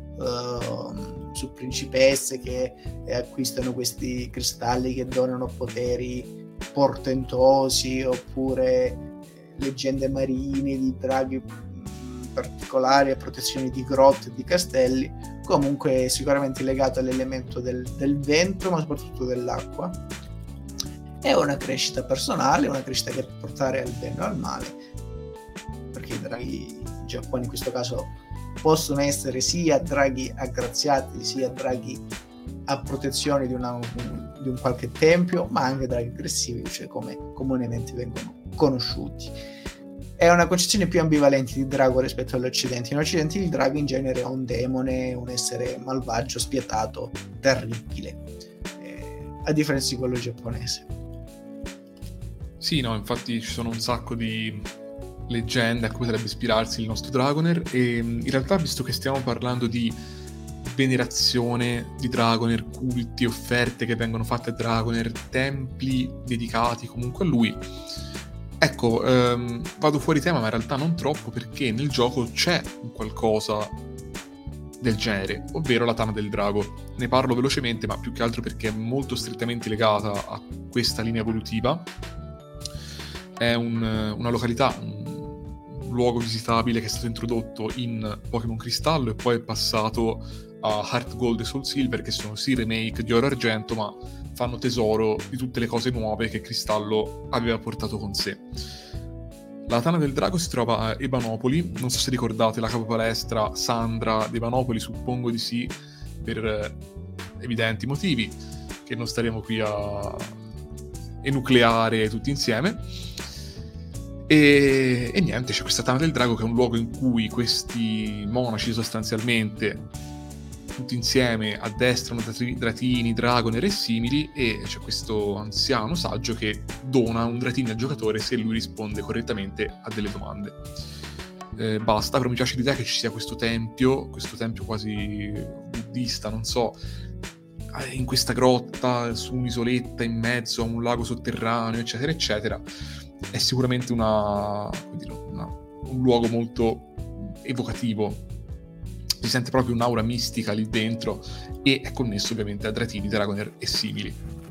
principesse che acquistano questi cristalli che donano poteri portentosi, oppure leggende marine di draghi particolari a protezione di grotte e di castelli. Comunque sicuramente legato all'elemento del vento, ma soprattutto dell'acqua. È una crescita personale, una crescita che può portare al bene o al male, perché i draghi in Giappone in questo caso possono essere sia draghi aggraziati, sia draghi a protezione di un qualche tempio, ma anche draghi aggressivi, cioè come comunemente vengono conosciuti. È una concezione più ambivalente di drago rispetto all'Occidente. In Occidente il drago in genere è un demone, un essere malvagio, spietato, terribile, a differenza di quello giapponese. Sì, no, infatti ci sono un sacco di leggende a cui potrebbe ispirarsi il nostro Dragoner, e in realtà, visto che stiamo parlando di venerazione di Dragoner, culti, offerte che vengono fatte a Dragoner, templi dedicati comunque a lui, ecco, vado fuori tema, ma in realtà non troppo, perché nel gioco c'è un qualcosa del genere, ovvero la Tana del Drago. Ne parlo velocemente, ma più che altro perché è molto strettamente legata a questa linea evolutiva. È una località, un luogo visitabile che è stato introdotto in Pokémon Cristallo e poi è passato a Heart Gold e Soul Silver, che sono sì remake di Oro Argento, ma fanno tesoro di tutte le cose nuove che Cristallo aveva portato con sé. La Tana del Drago si trova a Ebanopoli, non so se ricordate la capopalestra Sandra di Ebanopoli, suppongo di sì, per evidenti motivi che non staremo qui a enucleare tutti insieme. E niente, c'è questa Tana del Drago, che è un luogo in cui questi monaci sostanzialmente tutti insieme addestrano dratini, dragoner e simili, e c'è questo anziano saggio che dona un dratino al giocatore se lui risponde correttamente a delle domande. Basta, però mi piace l'idea che ci sia questo tempio quasi buddista, non so, in questa grotta, su un'isoletta in mezzo a un lago sotterraneo, eccetera eccetera. È sicuramente un luogo molto evocativo, si sente proprio un'aura mistica lì dentro, e è connesso ovviamente a dratini, dragoner e simili.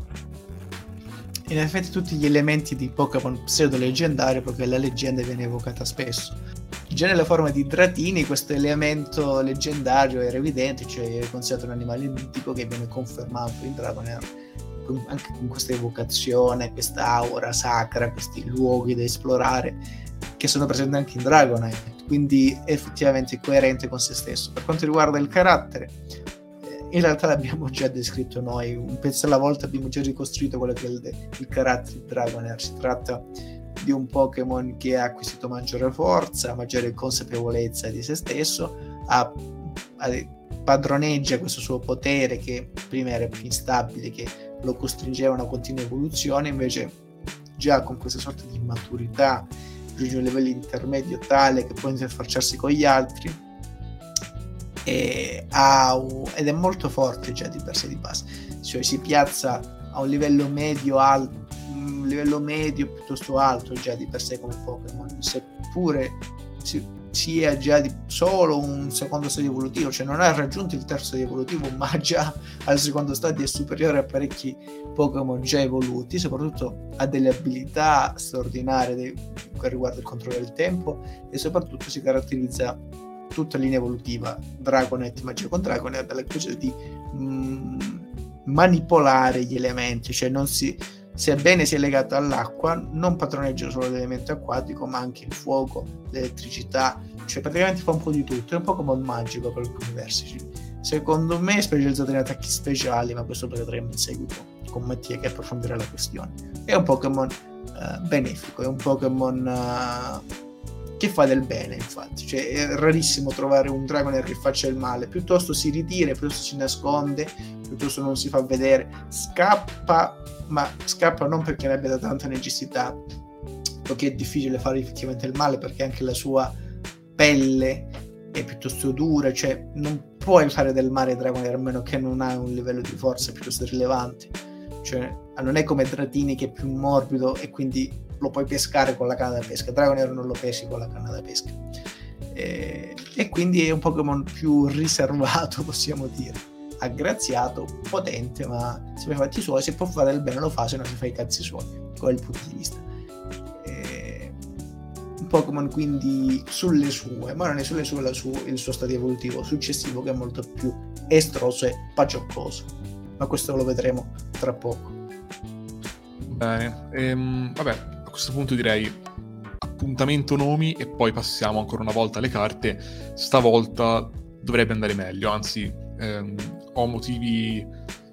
In effetti tutti gli elementi di Pokémon pseudo-leggendario, perché la leggenda viene evocata spesso. Già nella forma di dratini questo elemento leggendario era evidente, cioè è considerato un animale mitico che viene confermato in Dragoner, anche con questa evocazione, questa aura sacra, questi luoghi da esplorare che sono presenti anche in Dragonite, quindi è effettivamente coerente con se stesso. Per quanto riguarda il carattere, in realtà l'abbiamo già descritto noi, un pezzo alla volta abbiamo già ricostruito quello che è il carattere di Dragonair. Si tratta di un Pokémon che ha acquisito maggiore forza, maggiore consapevolezza di se stesso, padroneggia questo suo potere che prima era più instabile, che lo costringeva a una continua evoluzione, invece già con questa sorta di maturità raggiunge un livello intermedio tale che può interfacciarsi con gli altri, ed è molto forte già di per sé di base, cioè si piazza a un livello medio piuttosto alto già di per sé come Pokémon, seppure sia già solo un secondo stadio evolutivo, cioè non ha raggiunto il terzo stadio evolutivo, ma già al secondo stadio è superiore a parecchi Pokémon già evoluti. Soprattutto ha delle abilità straordinarie che riguarda il controllo del tempo, e soprattutto si caratterizza tutta linea evolutiva Dragonite, Magia con Dragonite, dalla capacità di manipolare gli elementi, cioè non sebbene sia legato all'acqua, non padroneggia solo l'elemento acquatico, ma anche il fuoco, l'elettricità, cioè praticamente fa un po' di tutto. È un Pokémon magico per alcuni versi. Secondo me è specializzato in attacchi speciali, ma questo lo vedremo in seguito con Mattia che approfondirà la questione. È un Pokémon benefico, è un Pokémon che fa del bene, infatti, cioè è rarissimo trovare un Dragonair che faccia il male, piuttosto si ritira, piuttosto si nasconde, piuttosto non si fa vedere, scappa, ma scappa non perché ne abbia tanta necessità, perché è difficile fare effettivamente il male, perché anche la sua pelle è piuttosto dura, cioè non puoi fare del male ai Dragonair a meno che non hai un livello di forza piuttosto rilevante, cioè non è come Dratini che è più morbido e quindi lo puoi pescare con la canna da pesca. Dragonair non lo peschi con la canna da pesca, e quindi è un Pokémon più riservato, possiamo dire, aggraziato, potente, ma se fa i fatti suoi, se può fare il bene lo fa, se no si fa i cazzi suoi. Qual è il punto di vista? Un Pokémon quindi sulle sue, ma non è sulle sue il suo stadio evolutivo successivo, che è molto più estroso e pacioccoso, ma questo lo vedremo tra poco. Bene, vabbè, a questo punto direi appuntamento nomi e poi passiamo ancora una volta alle carte. Stavolta dovrebbe andare meglio, anzi ho motivi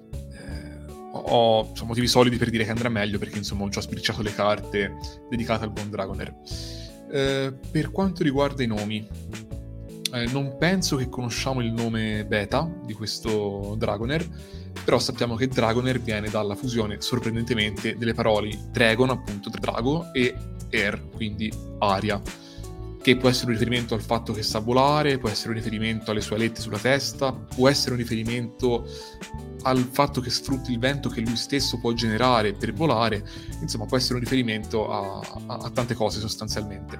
solidi per dire che andrà meglio, perché insomma ho già spicciato le carte dedicate al buon Dragonair. Per quanto riguarda i nomi, non penso che conosciamo il nome beta di questo Dragonair, però sappiamo che Dragoner viene dalla fusione, sorprendentemente, delle parole Dragon, appunto, drago, e Air, quindi aria, che può essere un riferimento al fatto che sa volare, può essere un riferimento alle sue alette sulla testa, può essere un riferimento al fatto che sfrutti il vento che lui stesso può generare per volare, insomma può essere un riferimento a tante cose sostanzialmente.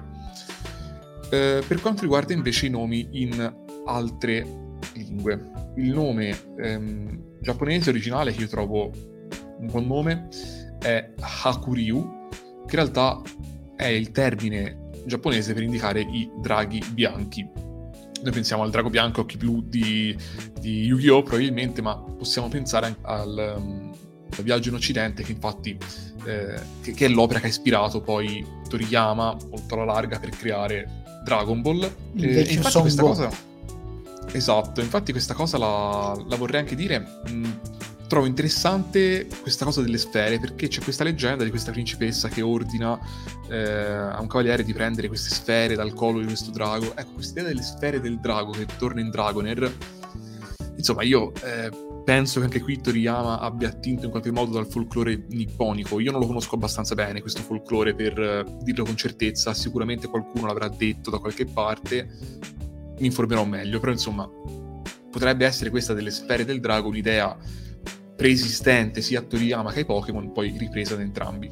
Per quanto riguarda invece i nomi in altre lingue, il nome giapponese originale, che io trovo un buon nome, è Hakuryu, che in realtà è il termine giapponese per indicare i draghi bianchi. Noi pensiamo al drago bianco occhi blu di Yu-Gi-Oh! Probabilmente, ma possiamo pensare al Viaggio in Occidente, che infatti che è l'opera che ha ispirato poi Toriyama molto alla larga per creare Dragon Ball. Infatti questa cosa, esatto, infatti questa cosa la vorrei anche dire. Trovo interessante questa cosa delle sfere, perché c'è questa leggenda di questa principessa che ordina a un cavaliere di prendere queste sfere dal collo di questo drago. Ecco, questa idea delle sfere del drago che torna in Dragoner, insomma, io penso che anche qui Toriyama abbia attinto in qualche modo dal folklore nipponico. Io non lo conosco abbastanza bene, questo folklore, per dirlo con certezza. Sicuramente qualcuno l'avrà detto da qualche parte, mi informerò meglio, però insomma potrebbe essere questa delle sfere del drago un'idea preesistente sia a Toriyama che ai Pokémon, poi ripresa da entrambi.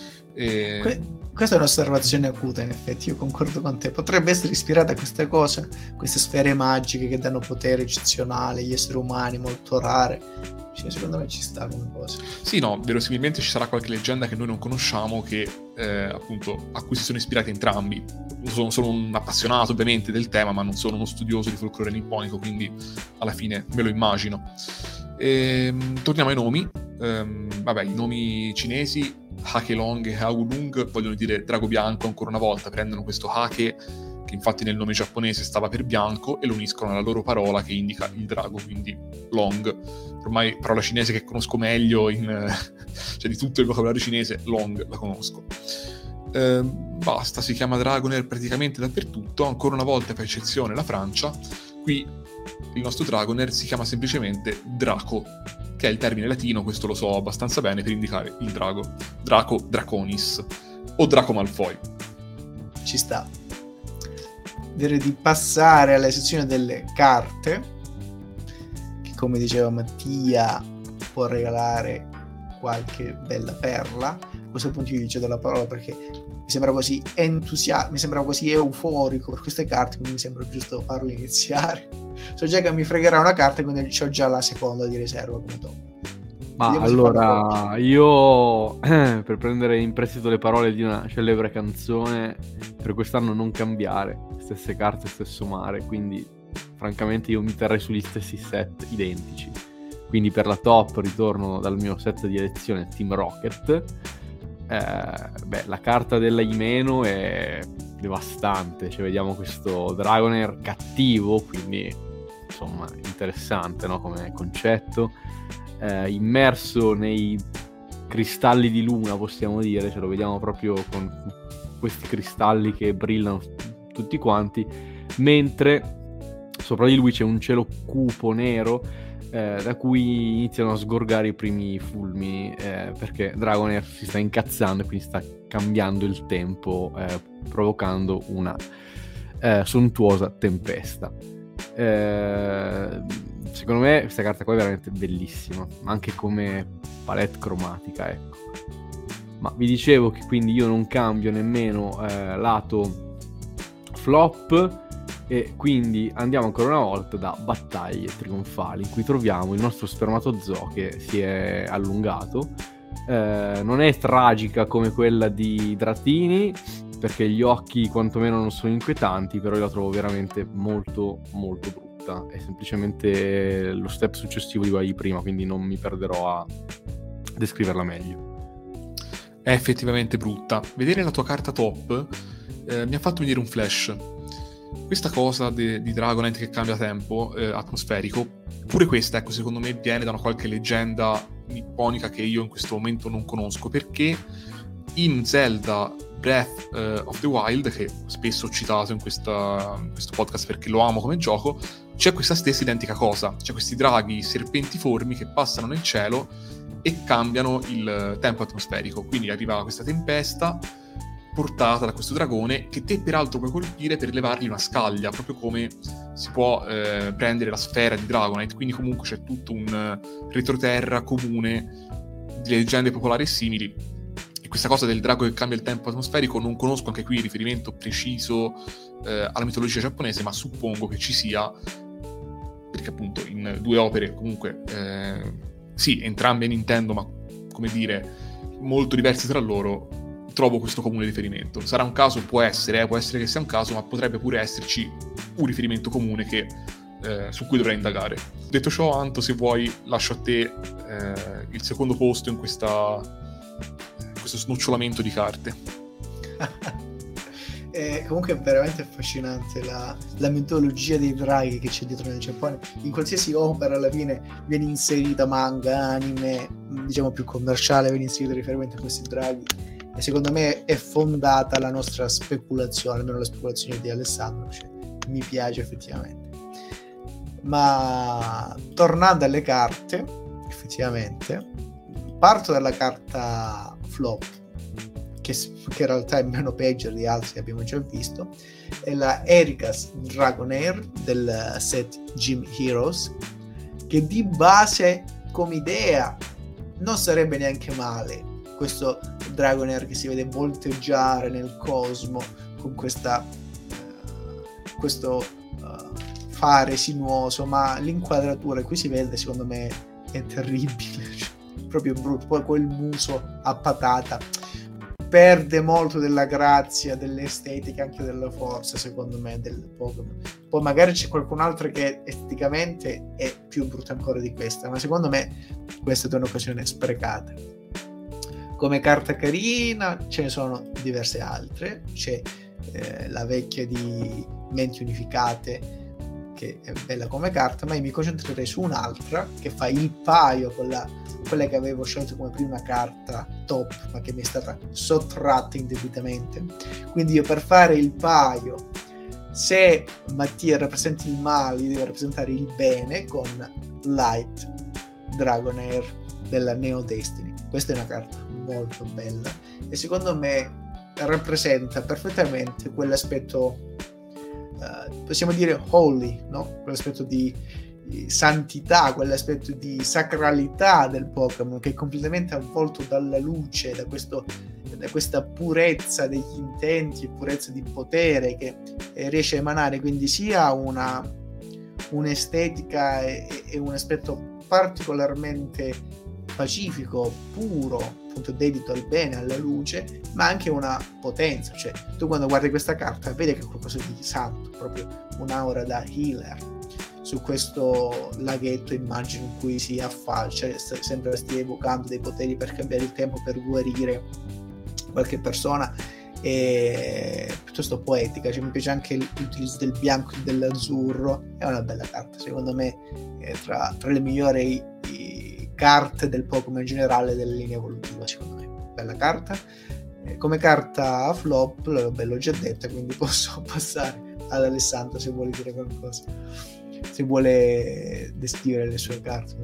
Questa è un'osservazione acuta, in effetti, io concordo con te. Potrebbe essere ispirata a queste cose, queste sfere magiche che danno potere eccezionale agli esseri umani, molto rare. Cioè, secondo me ci sta come cosa. Sì, no, verosimilmente ci sarà qualche leggenda che noi non conosciamo, che appunto a cui si sono ispirati entrambi. Sono un appassionato ovviamente del tema, ma non sono uno studioso di folklore nipponico, quindi alla fine me lo immagino. Torniamo ai nomi. I nomi cinesi Hakelong e Haulung vogliono dire drago bianco ancora una volta, prendono questo Hake, che infatti nel nome giapponese stava per bianco, e lo uniscono alla loro parola che indica il drago, quindi Long. Ormai parola cinese che conosco meglio cioè di tutto il vocabolario cinese, Long la conosco. Basta, si chiama Dragoner praticamente dappertutto, ancora una volta per eccezione la Francia. Qui il nostro Dragoner si chiama semplicemente Draco, che è il termine latino, questo lo so abbastanza bene, per indicare il drago. Draco Draconis o Draco Malfoy. Ci sta. Direi di passare alla sezione delle carte, che come diceva Mattia può regalare qualche bella perla. A questo punto io cedo la parola perché mi sembra così mi sembra così euforico per queste carte, quindi mi sembra giusto farlo iniziare. So già che mi fregherà una carta, quindi ho già la seconda di riserva come dopo. Ma allora, io per prendere in prestito le parole di una celebre canzone, per quest'anno non cambiare, stesse carte, stesso mare, quindi francamente io mi terrei sugli stessi set identici. Quindi per la top ritorno dal mio set di elezione Team Rocket. La carta della Imeno è devastante, cioè vediamo questo Dragoner cattivo, quindi insomma interessante, no? Come concetto, immerso nei cristalli di luna, possiamo dire, ce lo vediamo proprio con questi cristalli che brillano tutti quanti, mentre sopra di lui c'è un cielo cupo nero da cui iniziano a sgorgare i primi fulmini, perché Dragoner si sta incazzando e quindi sta cambiando il tempo, provocando una sontuosa tempesta. Secondo me questa carta qua è veramente bellissima, anche come palette cromatica, ecco. Ma vi dicevo che quindi io non cambio nemmeno lato flop, e quindi andiamo ancora una volta da battaglie trionfali, in cui troviamo il nostro spermatozoo che si è allungato. Non è tragica come quella di Dratini, perché gli occhi quantomeno non sono inquietanti, però io la trovo veramente molto molto brutta. È semplicemente lo step successivo di quella di prima, quindi non mi perderò a descriverla meglio. È effettivamente brutta. Vedere la tua carta top mi ha fatto venire un flash. Questa cosa di Dragonite che cambia tempo atmosferico, pure questa, ecco, secondo me viene da una qualche leggenda nipponica che io in questo momento non conosco, perché in Zelda Breath of the Wild, che spesso ho citato in questo podcast perché lo amo come gioco, c'è questa stessa identica cosa, c'è questi draghi serpentiformi che passano nel cielo e cambiano il tempo atmosferico, quindi arriva questa tempesta portata da questo dragone che te peraltro puoi colpire per levargli una scaglia, proprio come si può prendere la sfera di Dragonite, quindi comunque c'è tutto un retroterra comune di leggende popolari simili. E questa cosa del drago che cambia il tempo atmosferico non conosco anche qui riferimento preciso alla mitologia giapponese, ma suppongo che ci sia, perché appunto in due opere comunque sì, entrambe Nintendo, ma come dire molto diverse tra loro, trovo questo comune riferimento. Sarà un caso? Può essere che sia un caso, ma potrebbe pure esserci un riferimento comune che su cui dovrei indagare. Detto ciò, Anto, se vuoi lascio a te il secondo posto in questo snocciolamento di carte. Comunque è veramente affascinante la mitologia dei draghi che c'è dietro nel Giappone. In qualsiasi opera alla fine viene inserita, manga, anime, diciamo più commerciale, viene inserito riferimento a questi draghi, e secondo me è fondata la nostra speculazione, almeno la speculazione di Alessandro, cioè, mi piace effettivamente. Ma tornando alle carte, effettivamente parto dalla carta flop, che in realtà è meno peggio di altri che abbiamo già visto, è la Erika's Dragonair del set Gym Heroes, che di base come idea non sarebbe neanche male, questo Dragonair che si vede volteggiare nel cosmo con questo fare sinuoso, ma l'inquadratura qui si vede, secondo me è terribile, cioè, proprio brutto. Poi quel muso a patata perde molto della grazia, dell'estetica, anche della forza, secondo me, del Pokémon. Poi magari c'è qualcun altro che esteticamente è più brutto ancora di questa, ma secondo me questa è un'occasione sprecata. Come carta carina ce ne sono diverse altre, c'è la vecchia di Menti Unificate, che è bella come carta, ma io mi concentrerei su un'altra che fa il paio con quella che avevo scelto come prima carta top, ma che mi è stata sottratta indebitamente. Quindi io, per fare il paio, se Mattia rappresenta il male, io devo rappresentare il bene con Light Dragonair della Neo Destiny. Questa è una carta molto bella e secondo me rappresenta perfettamente quell'aspetto, possiamo dire holy, no? Quell'aspetto di santità, quell'aspetto di sacralità del Pokémon, che è completamente avvolto dalla luce, da questa purezza degli intenti e purezza di potere che riesce a emanare, quindi sia un'estetica e un aspetto particolarmente pacifico, puro, appunto dedito al bene, alla luce, ma anche una potenza. Cioè, tu quando guardi questa carta vedi che è qualcosa di santo, proprio un'aura da healer su questo laghetto, immagino, in cui si affaccia, sembra stia evocando dei poteri per cambiare il tempo, per guarire qualche persona. È piuttosto poetica, cioè, mi piace anche l'utilizzo del bianco e dell'azzurro, è una bella carta, secondo me è tra le migliori carte del Pokémon in generale, della linea evolutiva, secondo me bella carta. Come carta flop l'ho già detta, quindi posso passare ad Alessandro se vuole dire qualcosa, se vuole descrivere le sue carte.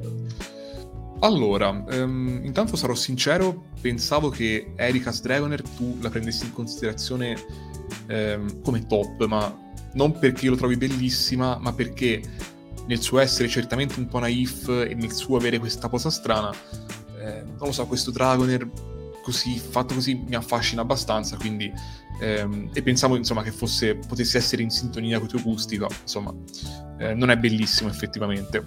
Allora, intanto sarò sincero, pensavo che Erika's Dragonair tu la prendessi in considerazione come top, ma non perché io lo trovi bellissima, ma perché nel suo essere certamente un po' naif e nel suo avere questa posa strana, non lo so, questo Dragonair così fatto così mi affascina abbastanza, quindi e pensavo insomma che potesse essere in sintonia con i tuoi gusti, ma insomma non è bellissimo effettivamente.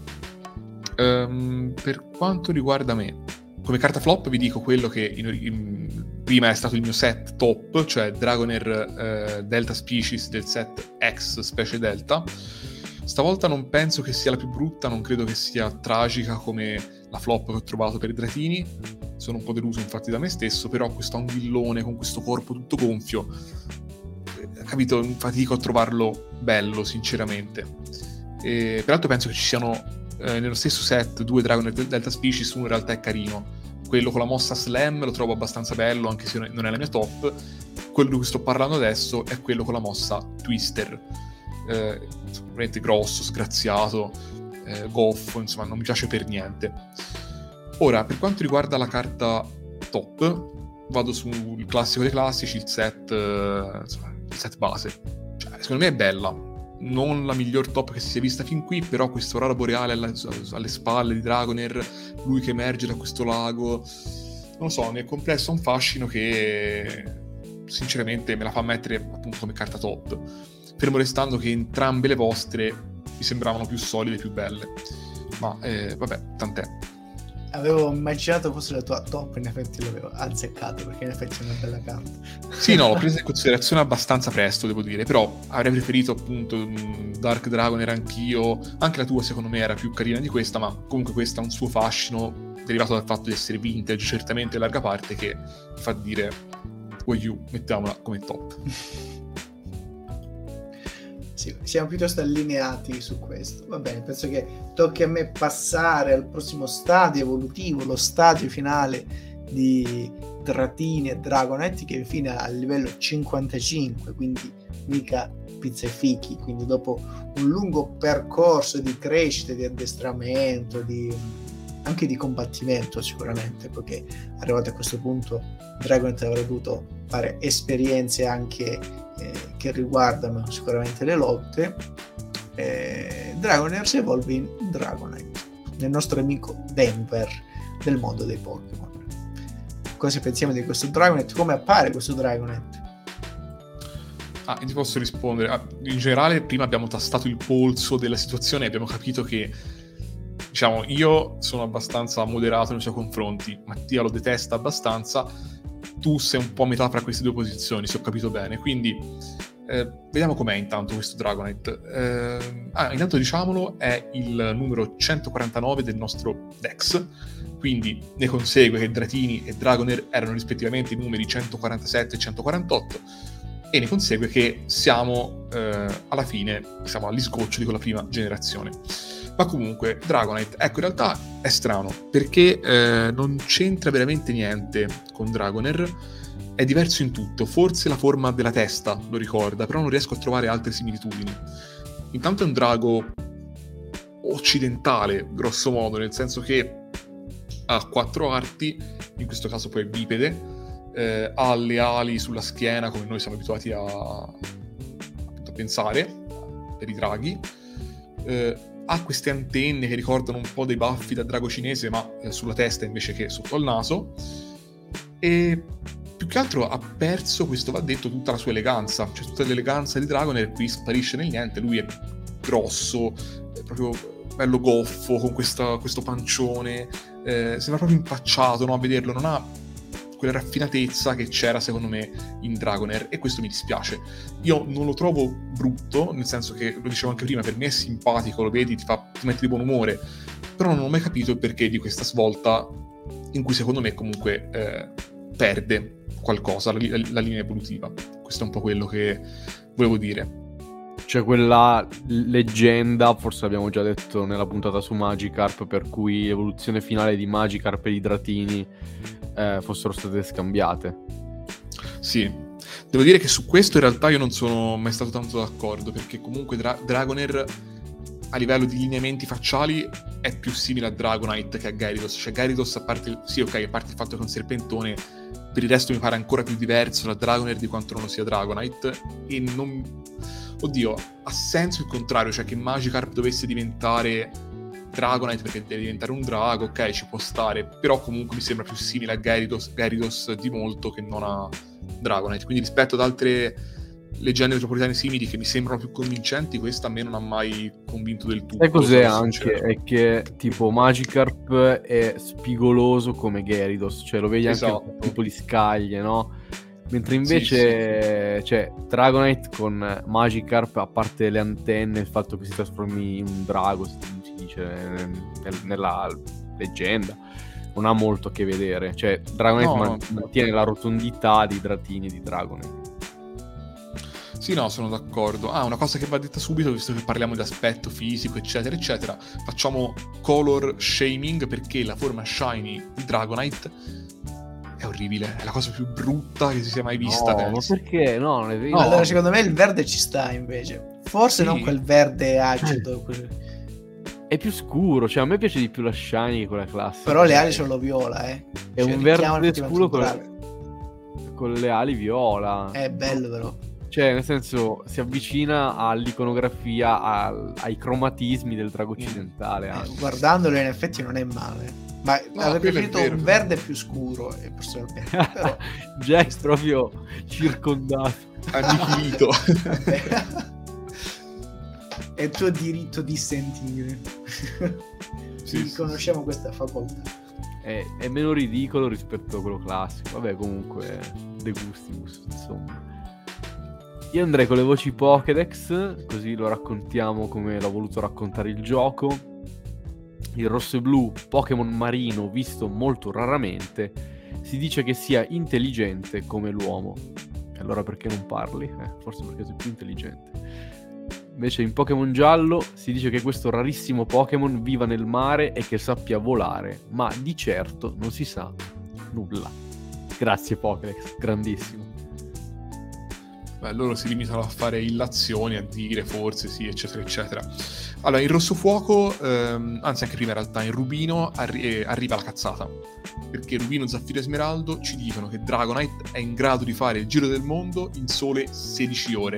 Per quanto riguarda me, come carta flop vi dico quello che prima è stato il mio set top, cioè Dragonair Delta Species del set X Specie Delta. Stavolta non penso che sia la più brutta, non credo che sia tragica come la flop che ho trovato per i Dratini, sono un po' deluso infatti da me stesso, però questo anguillone con questo corpo tutto gonfio, capito, fatico a trovarlo bello sinceramente. Peraltro penso che ci siano nello stesso set due Dragonair Delta Species, uno in realtà è carino, quello con la mossa slam lo trovo abbastanza bello, anche se non è la mia top. Quello di cui sto parlando adesso è quello con la mossa twister, veramente grosso, sgraziato, goffo, insomma non mi piace per niente. Ora, per quanto riguarda la carta top, vado sul classico dei classici, il set base. Cioè, secondo me è bella, non la miglior top che si sia vista fin qui, però questo aurora boreale alle spalle di Dragonair, lui che emerge da questo lago, non lo so, nel complesso ha un fascino che sinceramente me la fa mettere appunto come carta top, fermo restando che entrambe le vostre mi sembravano più solide, più belle, ma vabbè, tant'è. Avevo immaginato fosse la tua top, in effetti l'avevo azzeccato, perché in effetti è una bella carta. Sì, no, l'ho presa in considerazione abbastanza presto, devo dire, però avrei preferito appunto Dark Dragonair anch'io, anche la tua secondo me era più carina di questa, ma comunque questa ha un suo fascino derivato dal fatto di essere vintage, certamente in larga parte, che fa dire mettiamola come top. Sì, siamo piuttosto allineati su questo. Va bene, penso che tocchi a me passare al prossimo stadio evolutivo, lo stadio finale di Dratini e Dragonite, che infine è al livello 55, quindi mica pizza e fichi, quindi dopo un lungo percorso di crescita, di addestramento, anche di combattimento sicuramente, perché arrivato a questo punto Dragonite avrebbe dovuto fare esperienze anche che riguardano sicuramente le lotte. Dragonair si evolve in Dragonite, nel nostro amico Denver del mondo dei Pokémon. Cosa pensiamo di questo Dragonite? Come appare questo Dragonite? Io ti posso rispondere. In generale, prima abbiamo tastato il polso della situazione e abbiamo capito che, diciamo, io sono abbastanza moderato nei suoi confronti, Mattia lo detesta abbastanza, tu sei un po' a metà fra queste due posizioni, se ho capito bene, quindi vediamo com'è intanto questo Dragonite. Intanto diciamolo, è il numero 149 del nostro Dex, quindi ne consegue che Dratini e Dragonair erano rispettivamente i numeri 147 e 148, e ne consegue che siamo alla fine, siamo agli sgocci di quella prima generazione. Ma comunque Dragonite, ecco, in realtà è strano perché non c'entra veramente niente con Dragonair, è diverso in tutto, forse la forma della testa lo ricorda, però non riesco a trovare altre similitudini. Intanto è un drago occidentale, grosso modo, nel senso che ha 4 arti, in questo caso poi è bipede, ha le ali sulla schiena come noi siamo abituati a pensare per i draghi, ha queste antenne che ricordano un po' dei baffi da drago cinese, ma sulla testa invece che sotto al naso, e più che altro ha perso, questo va detto, tutta la sua eleganza, cioè tutta l'eleganza di Dragonair qui sparisce nel niente. Lui è grosso, è proprio bello goffo, con questo pancione, sembra proprio impacciato, no? A vederlo, non ha quella raffinatezza che c'era secondo me in Dragonair, e questo mi dispiace. Io non lo trovo brutto, nel senso che, lo dicevo anche prima, per me è simpatico, lo vedi, ti mette di buon umore, però non ho mai capito il perché di questa svolta in cui secondo me comunque perde qualcosa la linea evolutiva. Questo è un po' quello che volevo dire. C'è quella leggenda, forse l'abbiamo già detto nella puntata su Magikarp, per cui l'evoluzione finale di Magikarp e di Dratini fossero state scambiate. Sì, devo dire che su questo in realtà io non sono mai stato tanto d'accordo, perché comunque Dragonair a livello di lineamenti facciali è più simile a Dragonite che a Gyarados. Cioè Gyarados, a parte il fatto che è un serpentone, per il resto mi pare ancora più diverso da Dragonair di quanto non lo sia Dragonite, e non... Oddio, ha senso il contrario, cioè che Magikarp dovesse diventare Dragonite perché deve diventare un drago, ok, ci può stare, però comunque mi sembra più simile a Gyarados di molto che non a Dragonite. Quindi rispetto ad altre leggende metropolitane simili che mi sembrano più convincenti, questa a me non ha mai convinto del tutto. E cos'è anche? È che tipo Magikarp è spigoloso come Gyarados, cioè lo vedi anche un po' di scaglie, no? Mentre invece sì. Cioè Dragonite con Magikarp, a parte le antenne, il fatto che si trasformi in un drago, si dice nella leggenda, non ha molto a che vedere. Cioè Dragonite mantiene la rotondità di Dratini e di Dragonite. Sì, no, sono d'accordo. Una cosa che va detta subito, visto che parliamo di aspetto fisico, eccetera, eccetera, facciamo color shaming, perché la forma shiny di Dragonite è orribile, è la cosa più brutta che si sia mai vista, No, ma penso. perché? No, non è vero. No, allora secondo me il verde ci sta invece. Forse Sì. non quel verde acido, così. È più scuro, cioè a me piace di più la shiny che quella classica. Però le ali sono viola, È Cioè, un richiamano verde effettivamente scuro il bravo. con le ali viola. È bello però. Cioè, nel senso, si avvicina all'iconografia, ai cromatismi del drago occidentale. anche. Guardandolo in effetti non è male. Ma No, avrei quello è preferito vero. un verde più scuro, personalmente. Però, Già è proprio circondato. Annichilito. è il tuo diritto di sentire. Sì, Conosciamo questa facoltà. È meno ridicolo rispetto a quello classico. Vabbè, comunque, de gustibus, insomma. Io andrei con le voci Pokédex, così lo raccontiamo come l'ho voluto raccontare il gioco. Il rosso e blu, Pokémon marino visto molto raramente, si dice che sia intelligente come l'uomo. E allora perché non parli? Forse perché sei più intelligente. Invece in Pokémon giallo si dice che questo rarissimo Pokémon viva nel mare e che sappia volare, ma di certo non si sa nulla. Grazie Pokédex, grandissimo. Beh, loro si limitano a fare illazioni, a dire forse sì, eccetera, eccetera. Allora, in Rosso Fuoco, anzi anche prima in realtà, in Rubino arriva la cazzata. Perché Rubino, Zaffiro e Smeraldo ci dicono che Dragonite è in grado di fare il giro del mondo in sole 16 ore.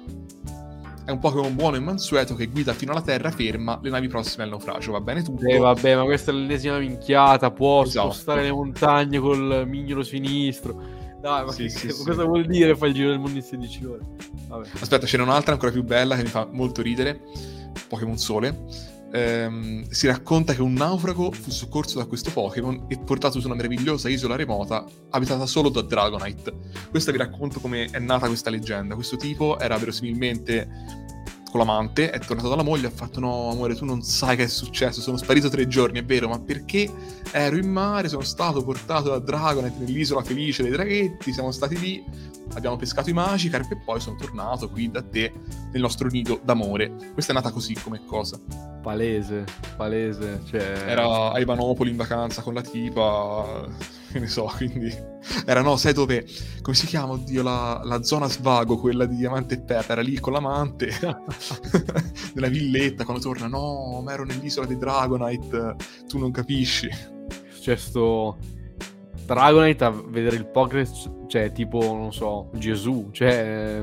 È un Pokémon buono e mansueto che guida fino alla terra, ferma le navi prossime al naufragio. Va bene tutto. Vabbè, ma questa è l'ennesima minchiata. Può Esatto. spostare le montagne col mignolo sinistro. Dai, ma Sì, cosa vuol dire fare il giro del mondo in 16 ore? Vabbè. Aspetta, c'è un'altra ancora più bella che mi fa molto ridere. Pokémon Sole. Si racconta che un naufrago fu soccorso da questo Pokémon e portato su una meravigliosa isola remota abitata solo da Dragonite. Questa vi racconto come è nata questa leggenda. Questo tipo era verosimilmente con l'amante, è tornato dalla moglie e ha fatto: no amore, tu non sai che è successo, sono sparito 3 giorni, è vero, ma perché ero in mare, sono stato portato da Dragonite nell'isola felice dei draghetti, siamo stati lì, abbiamo pescato i Magikarp e poi sono tornato qui da te nel nostro nido d'amore. Questa è nata così come cosa. Palese, cioè... Era a Ivanopoli in vacanza con la tipa, che ne so, quindi era, no, sai dove, come si chiama, oddio, la zona svago, quella di Diamante e Perla, era lì con l'amante nella villetta, quando torna: no, ma ero nell'isola di Dragonite, tu non capisci. C'è sto Dragonite a vedere il Pokédex, cioè tipo, non so, Gesù, cioè...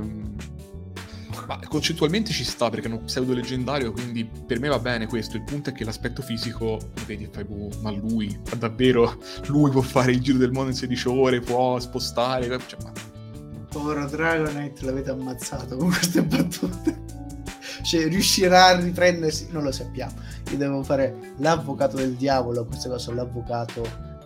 Ma concettualmente ci sta, perché è uno pseudo leggendario, quindi per me va bene questo. Il punto è che l'aspetto fisico, vedi, fai, ma lui, ma davvero, lui può fare il giro del mondo in 16 ore, può spostare, cioè, ma... Povero Dragonite, l'avete ammazzato con queste battute. Cioè, riuscirà a riprendersi? Non lo sappiamo. Io devo fare l'avvocato del diavolo, queste cose, l'avvocato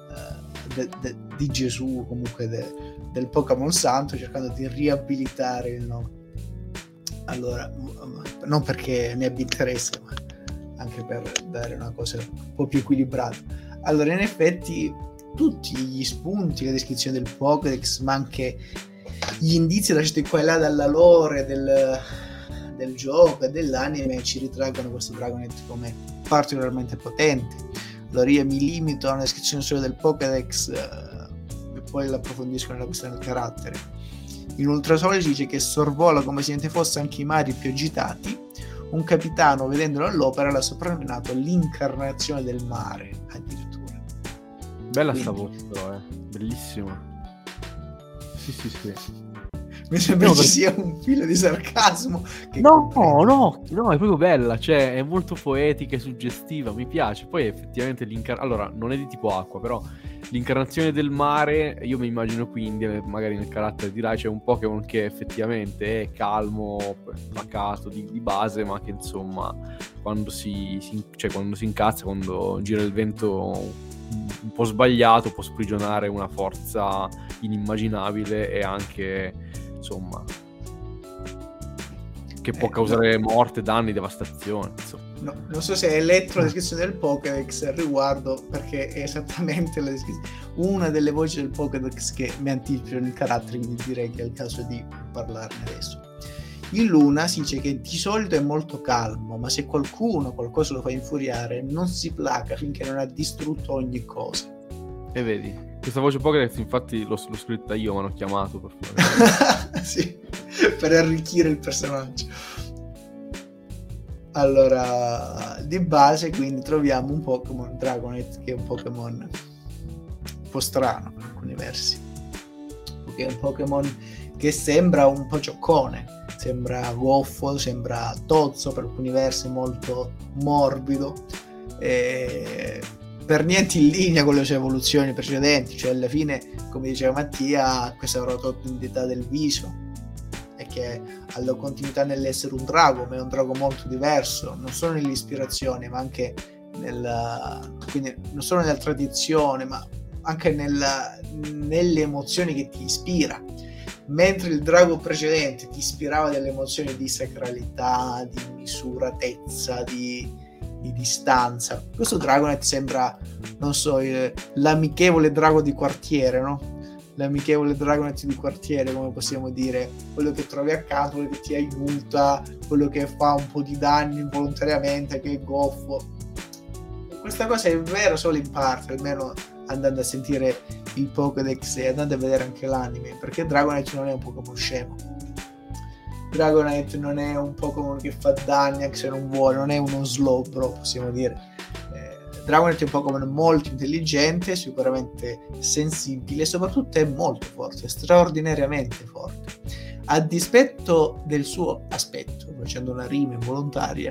di Gesù, comunque del Pokémon Santo, cercando di riabilitare il nome. Allora, non perché ne abbia interesse, ma anche per dare una cosa un po' più equilibrata. Allora, in effetti, tutti gli spunti, la descrizione del Pokédex, ma anche gli indizi lasciati qua e là dalla lore del gioco e dell'anime ci ritraggono questo Dragonite come particolarmente potente. Allora io mi limito a una descrizione solo del Pokédex e poi l'approfondisco nella questione del carattere. In Ultrasole si dice che sorvola come se niente fosse anche i mari più agitati. Un capitano, vedendolo all'opera, l'ha soprannominato l'incarnazione del mare, addirittura. Bella sta voce però, bellissima. Sì. Mi sembra ci sia un filo di sarcasmo che No, è proprio bella, cioè è molto poetica e suggestiva, mi piace. Poi effettivamente allora, non è di tipo acqua, però l'incarnazione del mare, io mi immagino quindi, magari nel carattere di Rai, c'è un Pokémon che effettivamente è calmo, pacato di base, ma che insomma quando quando si incazza, quando gira il vento un po' sbagliato, può sprigionare una forza inimmaginabile e anche, insomma, che può causare morte, danni, devastazione, insomma. No, non so se hai letto la descrizione del Pokédex al riguardo, perché è esattamente la descrizione, una delle voci del Pokédex che mi anticipano il carattere, quindi direi che è il caso di parlarne adesso. In Luna si dice che di solito è molto calmo, ma se qualcosa lo fa infuriare, non si placa finché non ha distrutto ogni cosa. E vedi, questa voce Pokédex infatti l'ho scritta io, mi hanno chiamato per fare. Sì, per arricchire il personaggio. Allora, di base quindi troviamo un Pokémon Dragonite, che è un Pokémon un po' strano per alcuni versi, perché è un Pokémon che sembra un po' cioccone, sembra goffo, sembra tozzo per alcuni versi, molto morbido, per niente in linea con le sue evoluzioni precedenti, cioè alla fine, come diceva Mattia, questa rotondità del viso e che ha la continuità nell'essere un drago, ma è un drago molto diverso, non solo nell'ispirazione, ma anche quindi non solo nella tradizione, ma anche nelle emozioni che ti ispira. Mentre il drago precedente ti ispirava delle emozioni di sacralità, di misuratezza, di distanza, questo Dragonite sembra, non so, l'amichevole drago di quartiere, no? L'amichevole Dragonite di quartiere, come possiamo dire, quello che trovi accanto, quello che ti aiuta, quello che fa un po' di danni involontariamente, che è goffo. Questa cosa è vera solo in parte, almeno andando a sentire il Pokédex e andando a vedere anche l'anime, perché Dragonite non è un Pokémon scemo. Dragonite non è un Pokémon che fa danni anche se non vuole, non è uno slowbro, possiamo dire. Dragonite è un Pokémon molto intelligente, sicuramente sensibile e soprattutto è molto forte, straordinariamente forte. A dispetto del suo aspetto, facendo una rima involontaria,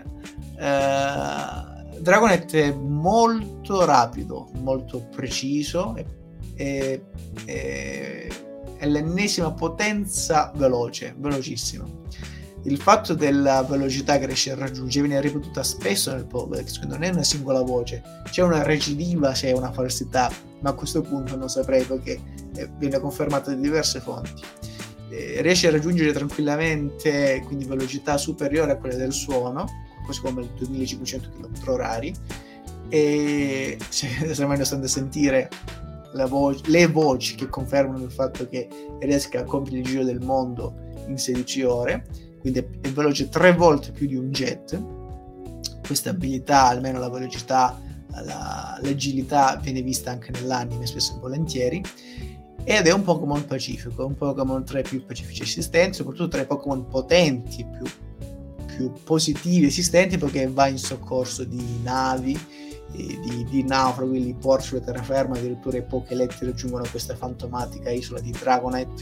Dragonite è molto rapido, molto preciso, è l'ennesima potenza veloce, velocissima. Il fatto della velocità che riesce a raggiungere viene ripetuta spesso nel Pokédex, quindi non è una singola voce, c'è una recidiva se è una falsità, ma a questo punto non saprei perché viene confermata da diverse fonti. Riesce a raggiungere tranquillamente quindi velocità superiore a quelle del suono, quasi come 2500 km/h, e se mai state a sentire le voci che confermano il fatto che riesca a compiere il giro del mondo in 16 ore, quindi è veloce 3 volte più di un jet. Questa abilità, almeno la velocità, l'agilità, viene vista anche nell'anime spesso e volentieri, ed è un Pokémon pacifico, un Pokémon tra i più pacifici esistenti, soprattutto tra i Pokémon potenti, più positivi esistenti, perché va in soccorso di navi, di naufraghi, li porta sulla terraferma, addirittura i Pokéletti raggiungono questa fantomatica isola di Dragonite,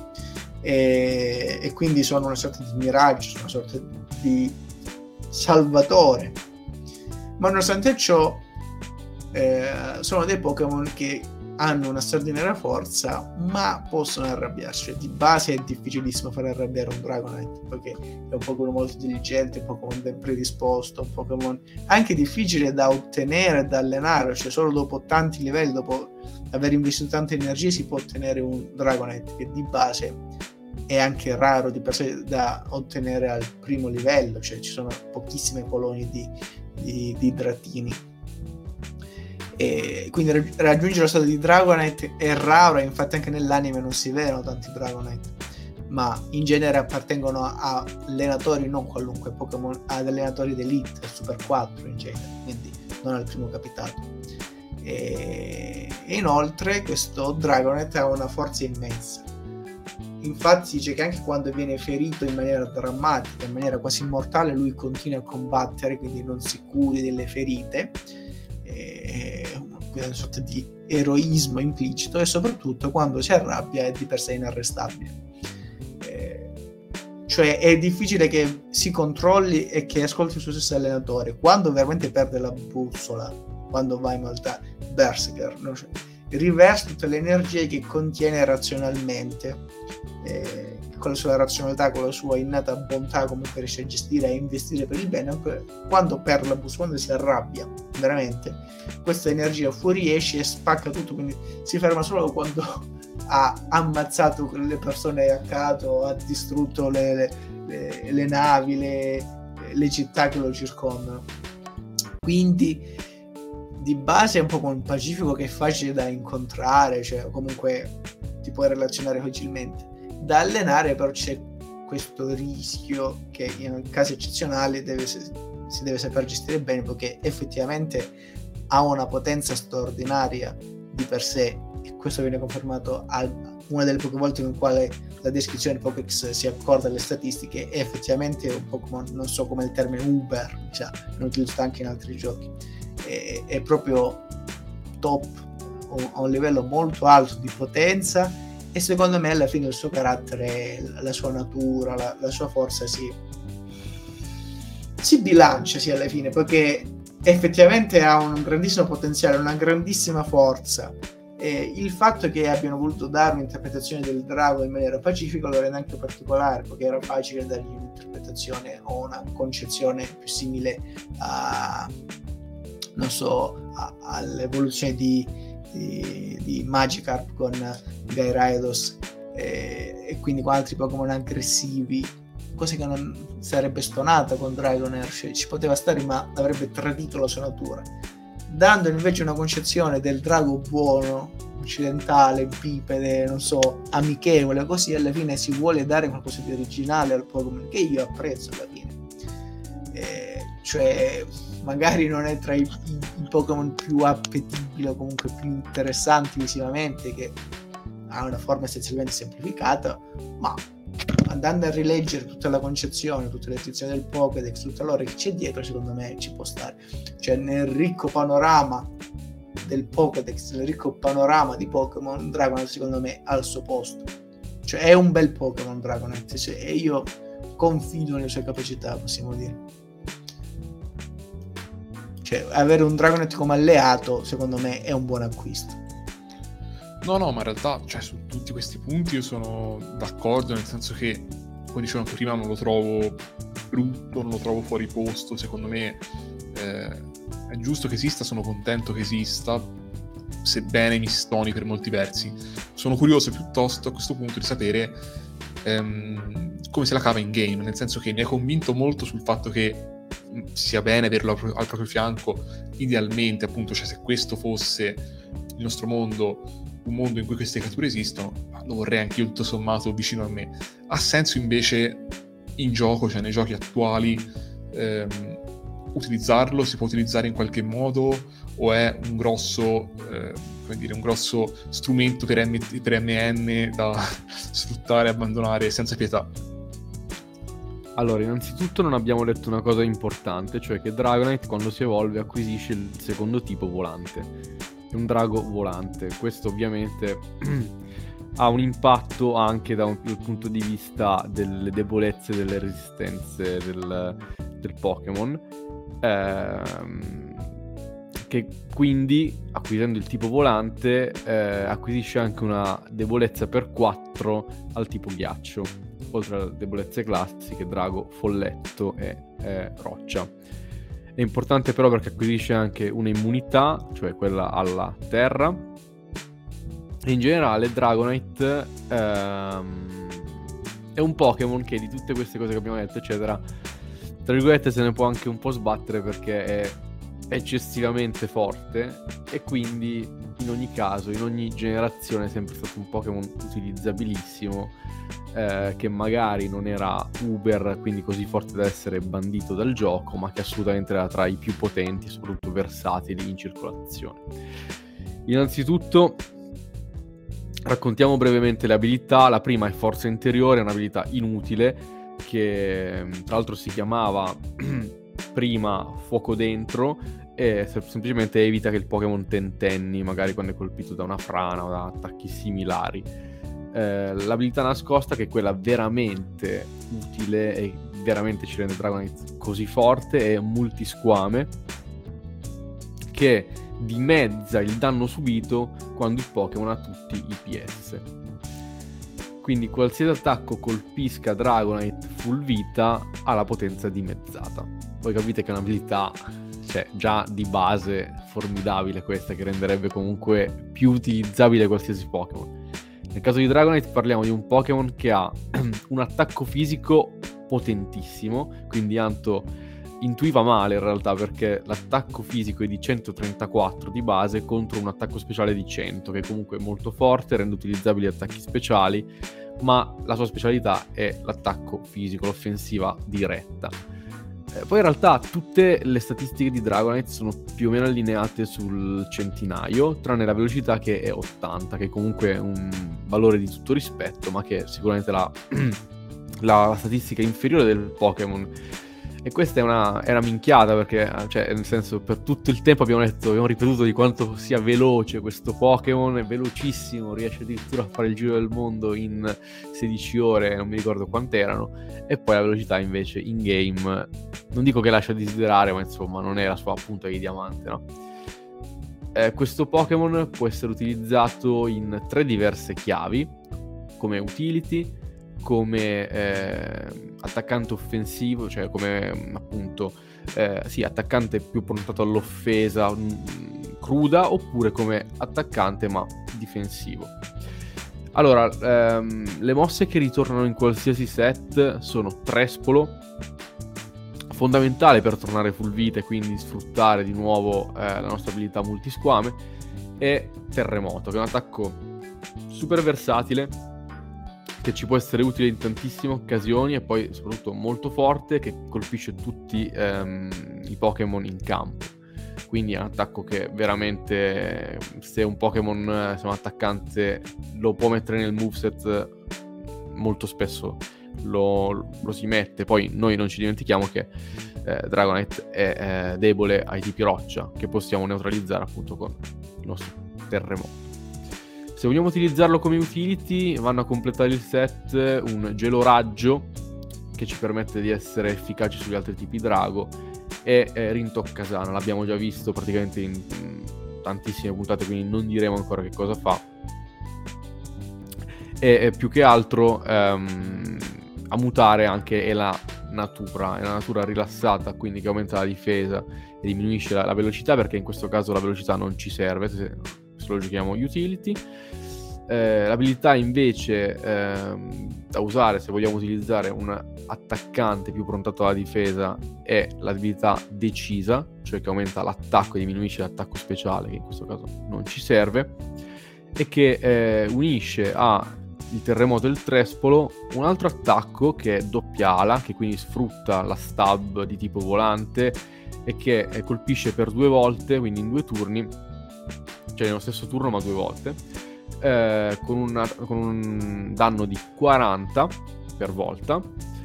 e quindi sono una sorta di miraggio, una sorta di salvatore. Ma nonostante ciò sono dei Pokémon che hanno una straordinaria forza, ma possono arrabbiarsi, cioè, di base è difficilissimo fare arrabbiare un Dragonite, perché è un Pokémon molto intelligente, un Pokémon ben predisposto, un Pokémon anche difficile da ottenere, da allenare, cioè solo dopo tanti livelli, dopo aver investito tante energie, si può ottenere un Dragonite, che di base è anche raro di per sé da ottenere al primo livello, cioè ci sono pochissime colonie di Dratini. E quindi raggiungere lo stato di Dragonite è raro, e infatti anche nell'anime non si vedono tanti Dragonite, ma in genere appartengono a allenatori, non qualunque Pokémon, ad allenatori d'Elite, Super 4 in genere, quindi non al primo capitato. E inoltre questo Dragonite ha una forza immensa, infatti si dice che anche quando viene ferito in maniera drammatica, in maniera quasi immortale, lui continua a combattere, quindi non si curi delle ferite, una sorta di eroismo implicito, e soprattutto quando si arrabbia è di per sé inarrestabile, cioè è difficile che si controlli e che ascolti il suo stesso allenatore. Quando veramente perde la bussola, quando va in realtà Berserker, no? Cioè, riversa tutte le energie che contiene razionalmente, con la sua razionalità, con la sua innata bontà, comunque riesce a gestire e a investire per il bene. Quando perde la bussola, quando si arrabbia veramente, questa energia fuoriesce e spacca tutto, quindi si ferma solo quando ha ammazzato le persone accanto, ha distrutto le navi, le città che lo circondano. Quindi di base è un po' come un pacifico che è facile da incontrare, cioè comunque ti puoi relazionare facilmente. Da allenare però c'è questo rischio che in casi eccezionali si deve saper gestire bene, perché effettivamente ha una potenza straordinaria di per sé, e questo viene confermato una delle poche volte in quale la descrizione di Pokédex si accorda alle statistiche. È effettivamente un Pokémon, non so come il termine Uber, cioè, non utilizzato anche in altri giochi, è proprio top, a un livello molto alto di potenza, e secondo me alla fine il suo carattere, la sua natura, la sua forza si bilancia alla fine, perché effettivamente ha un grandissimo potenziale, una grandissima forza. Il fatto che abbiano voluto dare un'interpretazione del drago in maniera pacifica lo rende anche particolare, perché era facile dargli un'interpretazione o una concezione più simile all'evoluzione di Magikarp con Gyarados, e quindi con altri Pokémon aggressivi, cosa che non sarebbe stonata con Dragonair, cioè, ci poteva stare, ma avrebbe tradito la sua natura, dando invece una concezione del drago buono, occidentale, bipede, non so, amichevole, così alla fine si vuole dare qualcosa di originale al Pokémon, che io apprezzo alla fine. Cioè, magari non è tra i Pokémon più appetibili o comunque più interessanti visivamente, che ha una forma essenzialmente semplificata, ma andando a rileggere tutta la concezione, tutte le descrizioni del Pokédex, tutta l'ora che c'è dietro, secondo me ci può stare. Cioè, nel ricco panorama del Pokédex, nel ricco panorama di Pokémon, Dragonite secondo me ha il suo posto. Cioè, è un bel Pokémon Dragonite, e io confido nelle sue capacità, possiamo dire. Cioè, avere un Dragonite come alleato, secondo me, è un buon acquisto. No, ma in realtà, cioè, su tutti questi punti io sono d'accordo, nel senso che, come dicevo anche prima, non lo trovo brutto, non lo trovo fuori posto. Secondo me è giusto che esista, sono contento che esista, sebbene mi stoni per molti versi. Sono curioso piuttosto a questo punto di sapere come se la cava in game, nel senso che mi ha convinto molto sul fatto che sia bene averlo al proprio fianco, idealmente, appunto, cioè, se questo fosse il nostro mondo, un mondo in cui queste creature esistono, lo vorrei anche io tutto sommato vicino a me. Ha senso invece in gioco, cioè nei giochi attuali, utilizzarlo? Si può utilizzare in qualche modo, o è un grosso un grosso strumento per MN da sfruttare e abbandonare senza pietà? Allora, innanzitutto non abbiamo detto una cosa importante, cioè che Dragonite quando si evolve acquisisce il secondo tipo volante. È un drago volante. Questo ovviamente ha un impatto anche dal punto di vista delle debolezze, delle resistenze del Pokémon, che quindi, acquisendo il tipo volante, acquisisce anche una debolezza per 4 al tipo ghiaccio, oltre alle debolezze classiche drago, folletto e roccia. È importante però perché acquisisce anche un'immunità, cioè quella alla terra, e in generale Dragonite è un Pokémon che di tutte queste cose che abbiamo detto, eccetera, tra virgolette se ne può anche un po' sbattere, perché è eccessivamente forte, e quindi in ogni caso, in ogni generazione è sempre stato un Pokémon utilizzabilissimo, che magari non era uber, quindi così forte da essere bandito dal gioco, ma che assolutamente era tra i più potenti e soprattutto versatili in circolazione. Innanzitutto raccontiamo brevemente le abilità. La prima è forza interiore, è un'abilità inutile che tra l'altro si chiamava prima fuoco dentro, e semplicemente evita che il Pokémon tentenni magari quando è colpito da una frana o da attacchi similari. L'abilità nascosta, che è quella veramente utile e veramente ci rende Dragonite così forte, è multisquame, che dimezza il danno subito quando il Pokémon ha tutti i PS. Quindi qualsiasi attacco colpisca Dragonite full vita ha la potenza dimezzata. Voi capite che è un'abilità, cioè, già di base formidabile questa, che renderebbe comunque più utilizzabile qualsiasi Pokémon. Nel caso di Dragonite parliamo di un Pokémon che ha un attacco fisico potentissimo, quindi Anto intuiva male in realtà, perché l'attacco fisico è di 134 di base contro un attacco speciale di 100, che comunque è molto forte, rende utilizzabili attacchi speciali, ma la sua specialità è l'attacco fisico, l'offensiva diretta. Poi in realtà tutte le statistiche di Dragonite sono più o meno allineate sul centinaio, tranne la velocità che è 80, che comunque è un valore di tutto rispetto, ma che è sicuramente la statistica inferiore del Pokémon. E questa è una minchiata, perché, cioè, nel senso, per tutto il tempo abbiamo ripetuto di quanto sia veloce questo Pokémon, è velocissimo, riesce addirittura a fare il giro del mondo in 16 ore, non mi ricordo quant'erano, e poi la velocità invece in game, non dico che lascia desiderare, ma insomma non è la sua punta di diamante, no? Questo Pokémon può essere utilizzato in 3 diverse chiavi, come utility, come attaccante offensivo, cioè come appunto attaccante più portato all'offesa cruda, oppure come attaccante ma difensivo. Allora, le mosse che ritornano in qualsiasi set sono Trespolo, fondamentale per tornare full vita e quindi sfruttare di nuovo la nostra abilità multisquame, e Terremoto, che è un attacco super versatile, che ci può essere utile in tantissime occasioni e poi soprattutto molto forte, che colpisce tutti i Pokémon in campo. Quindi è un attacco che veramente, se un Pokémon, se un attaccante lo può mettere nel moveset, molto spesso lo si mette. Poi noi non ci dimentichiamo che Dragonite è debole ai tipi roccia, che possiamo neutralizzare appunto con il nostro Terremoto. Se vogliamo utilizzarlo come utility, vanno a completare il set un Gelo Raggio, che ci permette di essere efficaci sugli altri tipi drago, e Rintokkasana, l'abbiamo già visto praticamente in tantissime puntate, quindi non diremo ancora che cosa fa. E più che altro a mutare anche è la natura rilassata, quindi che aumenta la difesa e diminuisce la velocità, perché in questo caso la velocità non ci serve se lo giochiamo utility. L'abilità invece da usare se vogliamo utilizzare un attaccante più prontato alla difesa è l'abilità Decisa, cioè che aumenta l'attacco e diminuisce l'attacco speciale, che in questo caso non ci serve, e che unisce a il Terremoto e il Trespolo un altro attacco che è doppia ala, che quindi sfrutta la stab di tipo volante e che colpisce per 2 volte, quindi in 2 turni, cioè nello stesso turno ma 2 volte, con un danno di 40 per volta,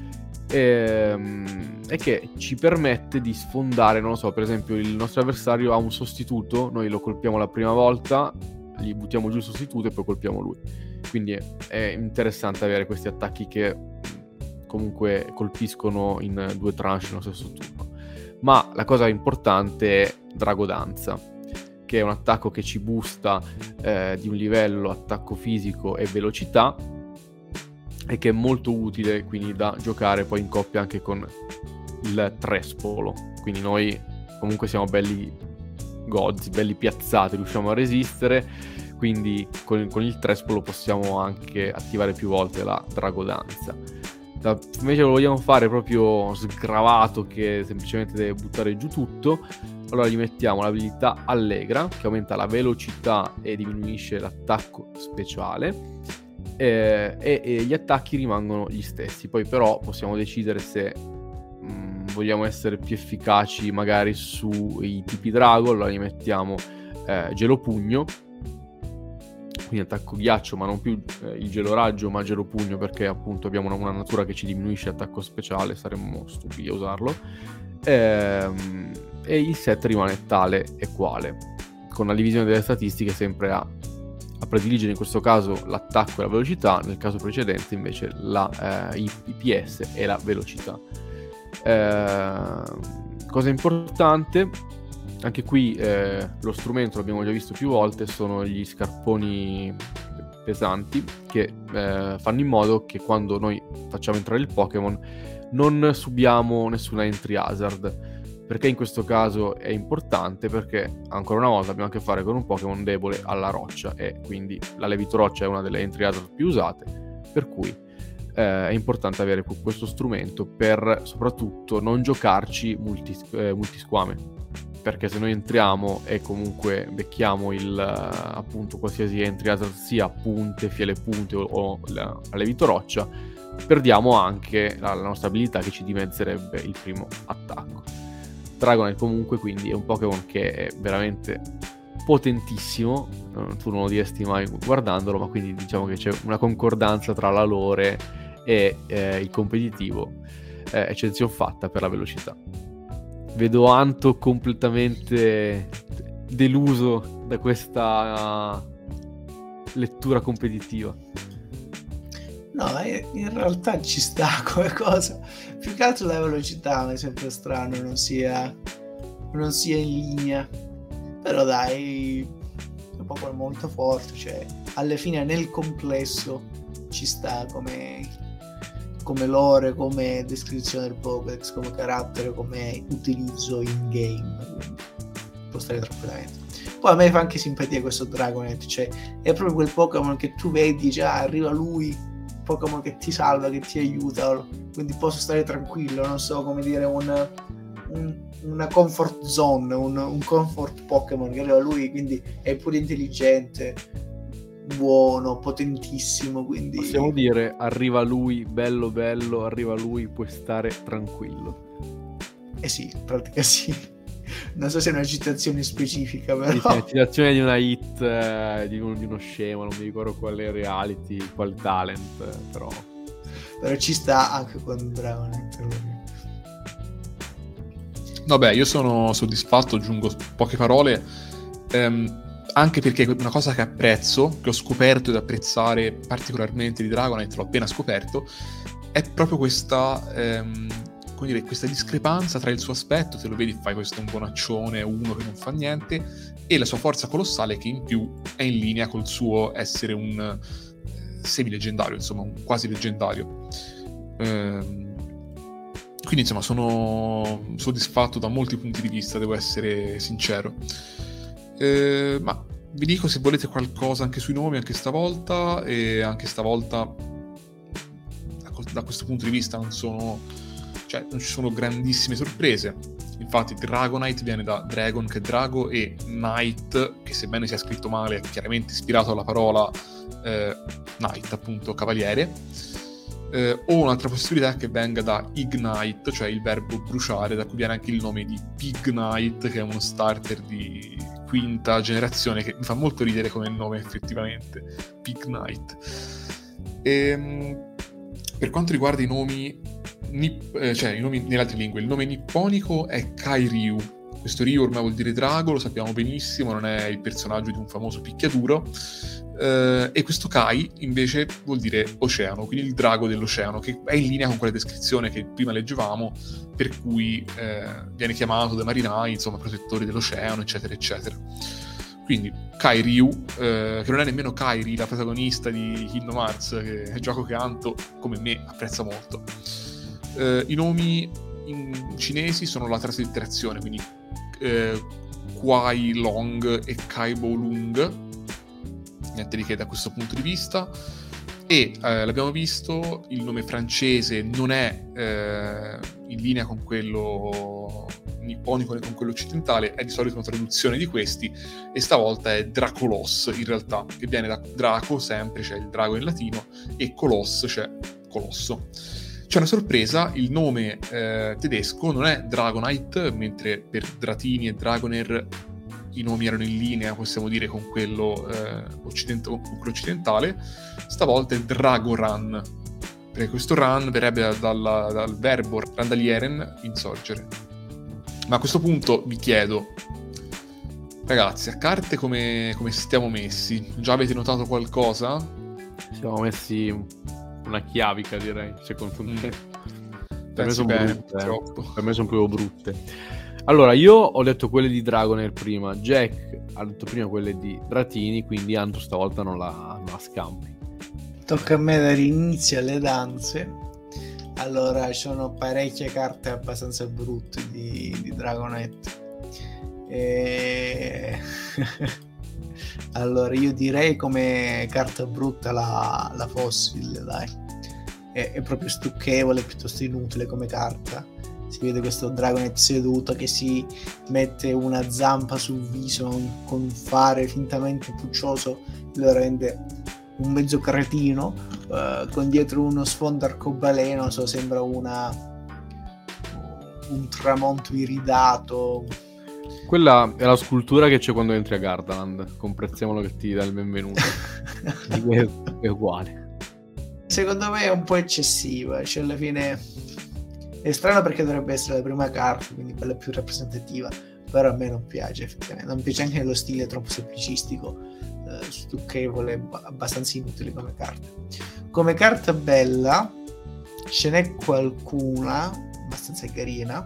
e che ci permette di sfondare, non lo so, per esempio il nostro avversario ha un sostituto, noi lo colpiamo la prima volta, gli buttiamo giù il sostituto e poi colpiamo lui. Quindi è interessante avere questi attacchi che comunque colpiscono in 2 tranche nello stesso turno. Ma la cosa importante è Dragodanza, che è un attacco che ci boosta di un livello attacco fisico e velocità, e che è molto utile quindi da giocare poi in coppia anche con il Trespolo. Quindi noi comunque siamo belli gozzi, belli piazzati, riusciamo a resistere, quindi con il Trespolo possiamo anche attivare più volte la Dragodanza. Invece lo vogliamo fare proprio sgravato, che semplicemente deve buttare giù tutto, allora gli mettiamo l'abilità Allegra, che aumenta la velocità e diminuisce l'attacco speciale, e gli attacchi rimangono gli stessi. Poi però possiamo decidere se vogliamo essere più efficaci magari sui tipi drago, allora gli mettiamo Gelo Pugno, quindi attacco ghiaccio, ma non più il Gelo Raggio ma Gelo Pugno, perché appunto abbiamo una natura che ci diminuisce l'attacco speciale, saremmo stupidi a usarlo, e il set rimane tale e quale, con la divisione delle statistiche sempre a prediligere in questo caso l'attacco e la velocità, nel caso precedente invece i PS e la velocità. Cosa importante, anche qui lo strumento l'abbiamo già visto più volte, sono gli scarponi pesanti, che fanno in modo che quando noi facciamo entrare il Pokémon non subiamo nessuna entry hazard. Perché in questo caso è importante? Perché ancora una volta abbiamo a che fare con un Pokémon debole alla roccia, e quindi la Levito Roccia è una delle entry hazard più usate, per cui è importante avere questo strumento per soprattutto non giocarci multisquame. perché se noi entriamo e comunque becchiamo appunto qualsiasi entry, sia punte, fiele punte o la levito roccia, perdiamo anche la nostra abilità che ci dimezzerebbe il primo attacco. Dragonite comunque quindi è un Pokémon che è veramente potentissimo, tu non lo diresti mai guardandolo, ma quindi diciamo che c'è una concordanza tra la lore e il competitivo, eccezione fatta per la velocità. Vedo Anto completamente deluso da questa lettura competitiva. No, in realtà ci sta come cosa. Più che altro la velocità mi sembra strano non sia in linea. Però dai, è un Pokémon molto forte, cioè alla fine nel complesso ci sta come lore, come descrizione del Pokédex, come carattere, come utilizzo in game, quindi può stare tranquillamente. Poi a me fa anche simpatia questo Dragonite, cioè è proprio quel Pokémon che tu vedi, già arriva lui, Pokémon che ti salva, che ti aiuta, quindi posso stare tranquillo, non so come dire, una comfort zone, un comfort Pokémon che arriva lui, quindi è pure intelligente, buono, potentissimo, quindi possiamo dire arriva lui, bello, arriva lui, puoi stare tranquillo. Sì, in pratica sì. Non so se è una citazione specifica, però sì, è una citazione di una hit di uno scemo, non mi ricordo quale reality, quale talent, però ci sta anche con Dragonite. Vabbè, io sono soddisfatto, aggiungo poche parole, anche perché una cosa che apprezzo, che ho scoperto ed apprezzare particolarmente di Dragonite, l'ho appena scoperto, è proprio questa questa discrepanza tra il suo aspetto, se lo vedi fai questo un bonaccione, uno che non fa niente, e la sua forza colossale che in più è in linea col suo essere un semi-leggendario, insomma un quasi leggendario. Quindi insomma sono soddisfatto da molti punti di vista, devo essere sincero. Ma vi dico, se volete qualcosa anche sui nomi anche stavolta, e anche stavolta da questo punto di vista non ci sono grandissime sorprese. Infatti Dragonite viene da Dragon, che è drago, e Knight, che sebbene sia scritto male è chiaramente ispirato alla parola Knight, appunto cavaliere. O un'altra possibilità che venga da Ignite, cioè il verbo bruciare, da cui viene anche il nome di Pignite, che è uno starter di quinta generazione, che mi fa molto ridere come nome effettivamente, Pignite. Per quanto riguarda i nomi i nomi nelle altre lingue, il nome nipponico è Kai Ryu. Questo Ryu ormai vuol dire drago, lo sappiamo benissimo, non è il personaggio di un famoso picchiaduro. E questo Kai invece vuol dire oceano, quindi il drago dell'oceano, che è in linea con quella descrizione che prima leggevamo, per cui viene chiamato dai marinai, insomma, protettori dell'oceano, eccetera, eccetera. Quindi Kai Ryu, che non è nemmeno Kairi, la protagonista di Kingdom Hearts, che è un gioco che Anto, come me, apprezza molto. I nomi in cinesi sono la traslitterazione, quindi Kuai Long e Kaibo Lung, niente di che da questo punto di vista. E l'abbiamo visto, il nome francese non è in linea con quello nipponico né con quello occidentale, è di solito una traduzione di questi, e stavolta è Dracolos in realtà, che viene da Draco sempre, cioè il drago in latino, e Colos, cioè colosso. C'è una sorpresa, il nome tedesco non è Dragonite, mentre per Dratini e Dragonair i nomi erano in linea, possiamo dire, con quello occidentale. Stavolta è Dragoran, perché questo run verrebbe dal verbo randalieren, insorgere. Ma a questo punto vi chiedo, ragazzi, a carte come stiamo messi? Già avete notato qualcosa? Siamo messi una chiavica, direi, secondo me. Per me sono bene, brutte, per me sono proprio brutte. Allora, io ho detto quelle di Dragonair prima, Jack ha detto prima quelle di Dratini, quindi Anto stavolta non la scampi. Tocca a me dare inizio alle danze. Allora, ci sono parecchie carte abbastanza brutte di Dragonite. Allora, io direi come carta brutta la Fossil, dai. È proprio stucchevole, piuttosto inutile come carta. si vede questo Dragonite seduto che si mette una zampa sul viso con un fare fintamente puccioso, lo rende un mezzo cretino, con dietro uno sfondo arcobaleno, sembra un tramonto iridato. Quella è la scultura che c'è quando entri a Gardaland, con Prezzemolo che ti dà il benvenuto. È uguale. Secondo me è un po' eccessiva, cioè alla fine è strano perché dovrebbe essere la prima carta, quindi quella più rappresentativa, però a me non piace effettivamente, non piace anche nello stile troppo semplicistico, stucchevole, abbastanza inutile come carta bella. Ce n'è qualcuna abbastanza carina,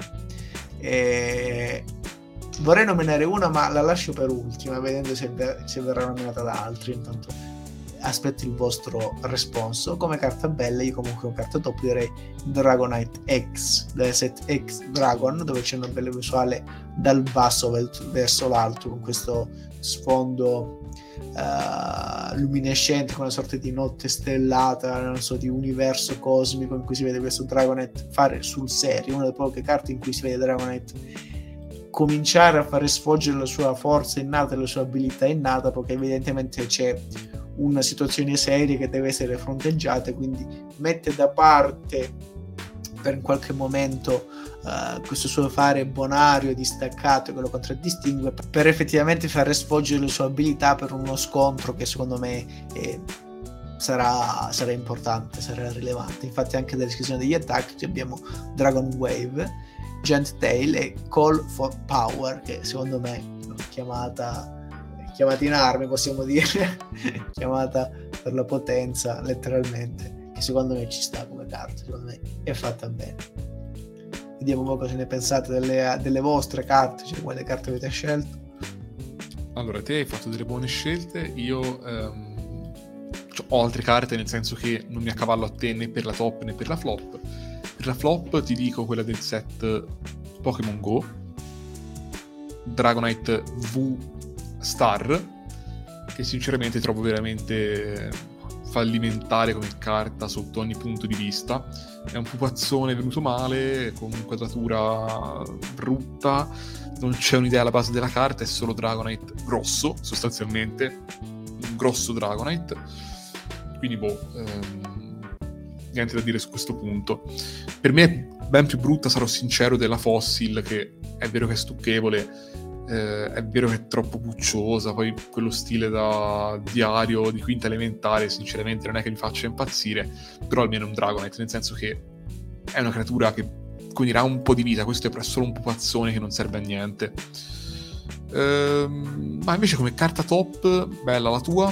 vorrei nominare una ma la lascio per ultima, vedendo se verrà nominata da altri. Intanto aspetto il vostro responso. Come carta bella, io comunque con carta top direi Dragonite X del set X Dragon, dove c'è una bella visuale dal basso verso l'alto, con questo sfondo luminescente, con una sorta di notte stellata, non so, di universo cosmico, in cui si vede questo Dragonite fare sul serio, una delle poche carte in cui si vede Dragonite cominciare a fare sfoggiare la sua forza innata e la sua abilità innata, perché evidentemente c'è una situazione seria che deve essere fronteggiata, quindi mette da parte per in qualche momento questo suo fare bonario, distaccato, che lo contraddistingue, per effettivamente fare sfoggiare le sue abilità per uno scontro che secondo me sarà importante, sarà rilevante. Infatti anche nella descrizione degli attacchi abbiamo Dragon Wave, Giant Tail e Call for Power, che secondo me chiamata in armi, possiamo dire chiamata per la potenza, letteralmente, che secondo me ci sta come carta, secondo me è fatta bene. Vediamo un po' cosa ne pensate delle vostre carte, cioè quale carte avete scelto. Allora, te hai fatto delle buone scelte, io ho altre carte, nel senso che non mi accavallo a te né per la top né per la flop. Per la flop ti dico quella del set Pokémon Go, Dragonite V Star, che sinceramente trovo veramente fallimentare come carta sotto ogni punto di vista. È un pupazzone venuto male, con un'inquadratura brutta, non c'è un'idea alla base della carta, è solo Dragonite grosso, sostanzialmente un grosso Dragonite, quindi niente da dire su questo punto. Per me è ben più brutta, sarò sincero, della Fossil, che è vero che è stucchevole, è vero che è troppo pucciosa, poi quello stile da diario di quinta elementare sinceramente non è che mi faccia impazzire, però almeno è un Dragonite, nel senso che è una creatura che condirà un po' di vita, questo è solo un pupazzone che non serve a niente. Ma invece come carta top, bella la tua,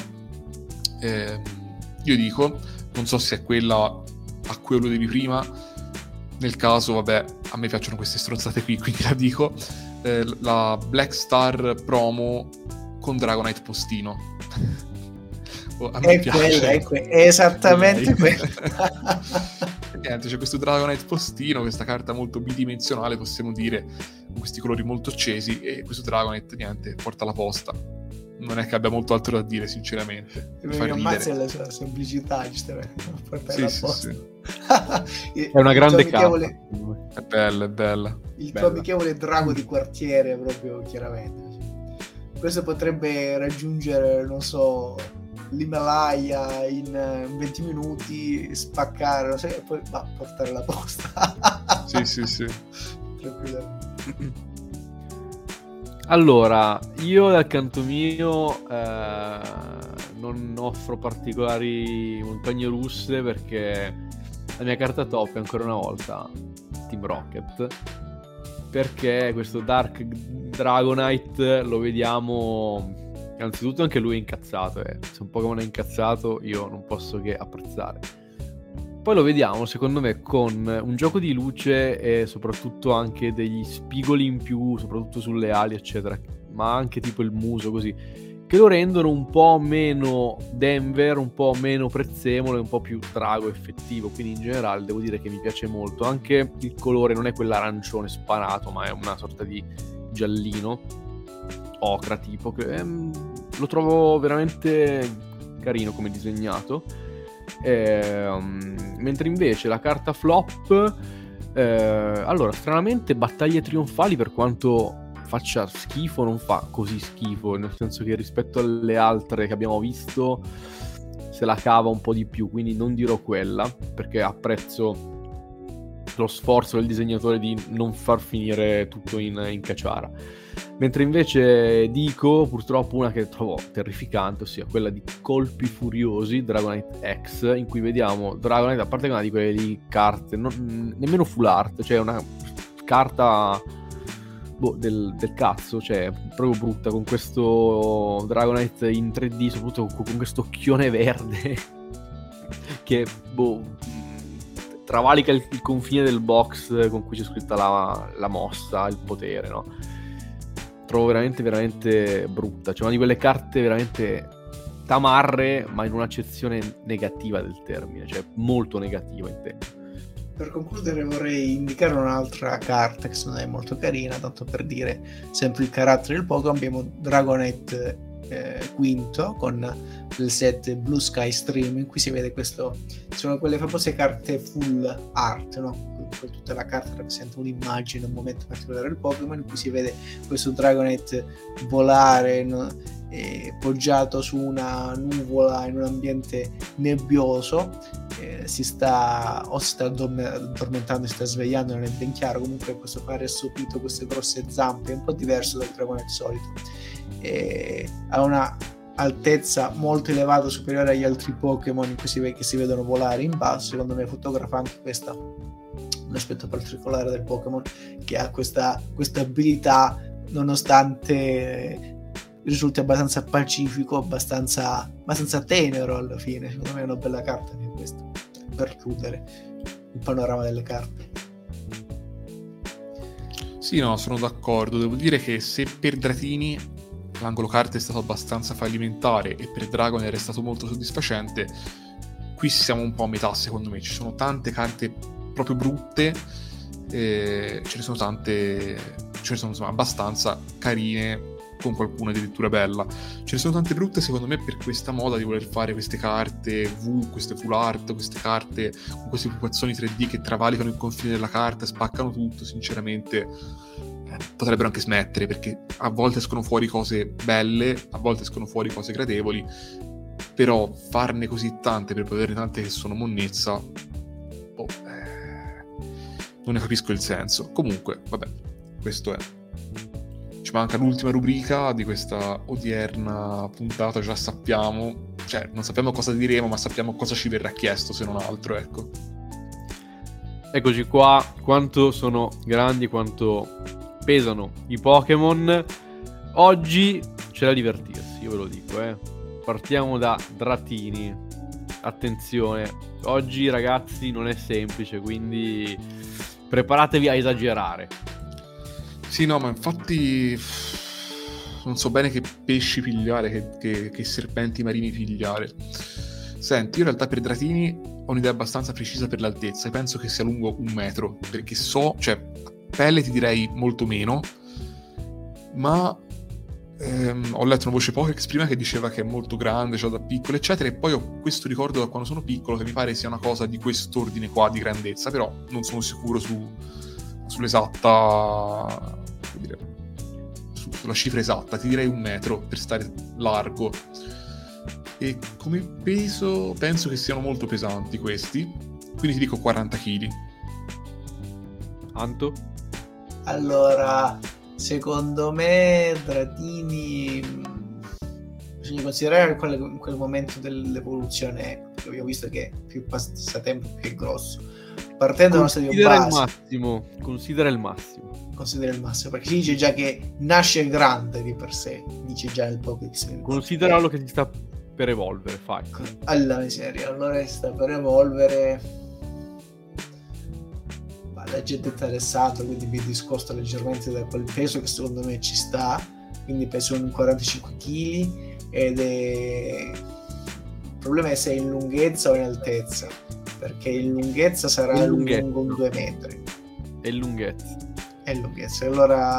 io dico, non so se è quella a cui alludevi prima, nel caso vabbè, a me piacciono queste stronzate qui, quindi la dico, la Black Star promo con Dragonite postino. A me piace. È esattamente quella. Niente, c'è questo Dragonite postino, questa carta molto bidimensionale, possiamo dire, con questi colori molto accesi, e questo Dragonite, niente, porta la posta. Non è che abbia molto altro da dire, sinceramente. Mi ammazza la sua semplicità, giustamente. Sì. È una grande carta. È bella. Il tuo amichevole drago di quartiere, proprio chiaramente. Questo potrebbe raggiungere, non so, l'Himalaya in 20 minuti, spaccare, non so, e poi portare la posta. Sì. Tranquillamente. Allora, io dal canto mio non offro particolari montagne russe, perché la mia carta top è ancora una volta Team Rocket, perché questo Dark Dragonite lo vediamo, innanzitutto anche lui è incazzato, se un Pokémon è incazzato io non posso che apprezzare. Poi lo vediamo, secondo me, con un gioco di luce e soprattutto anche degli spigoli in più, soprattutto sulle ali, eccetera, ma anche tipo il muso, così, che lo rendono un po' meno Denver, un po' meno Prezzemolo e un po' più drago effettivo. Quindi in generale devo dire che mi piace molto. Anche il colore non è quell'arancione sparato, ma è una sorta di giallino, ocra tipo, che lo trovo veramente carino come disegnato. Mentre invece la carta flop Allora, stranamente battaglie trionfali, per quanto faccia schifo, non fa così schifo, nel senso che rispetto alle altre che abbiamo visto se la cava un po' di più, quindi non dirò quella, perché apprezzo lo sforzo del disegnatore di non far finire tutto in caciara. Mentre invece dico purtroppo una che trovo terrificante, ossia quella di Colpi Furiosi, Dragonite X, in cui vediamo Dragonite, a parte che è una di quelle di carte, nemmeno full art, cioè una carta del cazzo, cioè proprio brutta, con questo Dragonite in 3D, soprattutto con questo occhione verde che travalica il confine del box con cui c'è scritta la mossa, il potere, no? Trovo veramente veramente brutta, cioè una di quelle carte veramente tamarre, ma in un'accezione negativa del termine, cioè molto negativa in te. Per concludere vorrei indicare un'altra carta che secondo me è molto carina, tanto per dire sempre il carattere del Pokémon. Abbiamo Dragonite quinto con il set Blue Sky Stream, in cui si vede questo, sono quelle famose carte full art, no? Tutta la carta rappresenta un'immagine, un momento particolare del Pokémon, in cui si vede questo Dragonite volare, no? Poggiato su una nuvola in un ambiente nebbioso, si sta addormentando, si sta svegliando, non è ben chiaro. Comunque questo fare assopito, queste grosse zampe, è un po' diverso dal Dragonite solito, ha una altezza molto elevata, superiore agli altri Pokémon in cui si vedono volare in basso. Secondo me fotografa anche questa, un aspetto particolare del Pokémon, che ha questa abilità, nonostante risulti abbastanza pacifico, abbastanza tenero alla fine. Secondo me è una bella carta anche questa, per chiudere il panorama delle carte. Sì, no, sono d'accordo. Devo dire che se per Dratini l'angolo carte è stato abbastanza fallimentare e per Dragonair è stato molto soddisfacente, qui siamo un po' a metà, secondo me. Ci sono tante carte proprio brutte, ce ne sono tante, ce ne sono insomma abbastanza carine, con qualcuna addirittura bella. Ce ne sono tante brutte, secondo me, per questa moda di voler fare queste carte queste full art, queste carte con questi pupazzoni 3D che travalicano il confine della carta, spaccano tutto. Sinceramente potrebbero anche smettere, perché a volte escono fuori cose belle, a volte escono fuori cose gradevoli, però farne così tante per poterne tante che sono monnezza, non ne capisco il senso. Comunque, vabbè, questo è. Ci manca l'ultima rubrica di questa odierna puntata, già sappiamo, cioè non sappiamo cosa diremo, ma sappiamo cosa ci verrà chiesto, se non altro, ecco. Eccoci qua, quanto sono grandi, quanto pesano i Pokémon. Oggi c'è da divertirsi, io ve lo dico, Partiamo da Dratini. Attenzione, oggi ragazzi non è semplice, quindi preparatevi a esagerare. Sì, no, ma infatti non so bene che pesci pigliare, che serpenti marini pigliare. Senti, io in realtà per Dratini ho un'idea abbastanza precisa per l'altezza, e penso che sia lungo 1 metro, perché cioè, pelle ti direi molto meno, ma ho letto una voce Pokédex prima che diceva che è molto grande, cioè da piccolo, eccetera, e poi ho questo ricordo da quando sono piccolo che mi pare sia una cosa di quest'ordine qua di grandezza, però non sono sicuro sull'esatta, sulla cifra esatta. Ti direi 1 metro per stare largo. E come peso penso che siano molto pesanti questi, quindi ti dico 40 kg. Anto? Allora, secondo me Dratini bisogna considerare in quel momento dell'evoluzione, perché abbiamo visto che più passa tempo più è grosso. Partendo dalla stadio base, considera il massimo, perché si dice già che nasce grande di per sé, dice già il Pokédex. Consideralo che si sta per evolvere, fai. Alla miseria, allora sta per evolvere. La gente è interessata, quindi mi discosta leggermente da quel peso che secondo me ci sta, quindi peso un 45 kg ed è... il problema è se è in lunghezza o in altezza, perché in lunghezza sarà lungo 2 metri. È lunghezza. Allora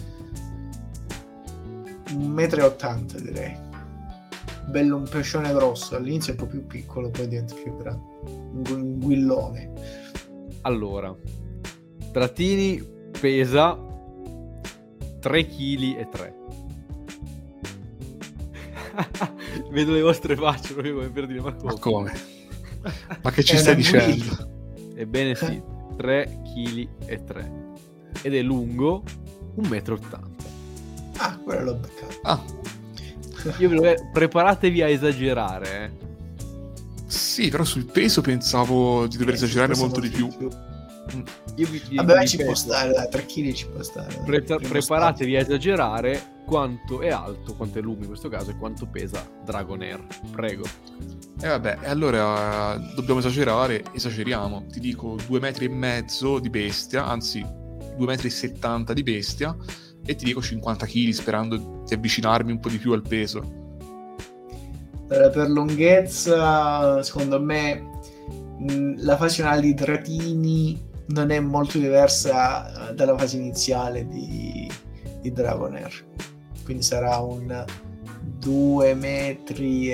1,80 m direi. Bello, un pescione grosso, all'inizio è un po' più piccolo, poi diventa più grande, un guillone. Allora, Trattini pesa 3,3 kg. Vedo le vostre facce proprio come per dire: ma come? Ma che ci stai dicendo? Ebbene sì, 3,3 kg. Ed è lungo 1,80 m. Ah, quello l'ho beccato. Preparatevi a esagerare. Sì, però sul peso pensavo di dover esagerare molto di più. Vabbè, ci può stare, dai, 3 kg ci può stare. Preparatevi a esagerare quanto è alto, quanto è lungo in questo caso e quanto pesa Dragonair. Prego. E vabbè, allora dobbiamo esagerare, esageriamo. Ti dico 2,5 metri di bestia, anzi 2,70 metri di bestia, e ti dico 50 kg sperando di avvicinarmi un po' di più al peso. Per lunghezza, secondo me, la fase finale di Trattini non è molto diversa dalla fase iniziale di Dragonair, quindi sarà un 2,30 metri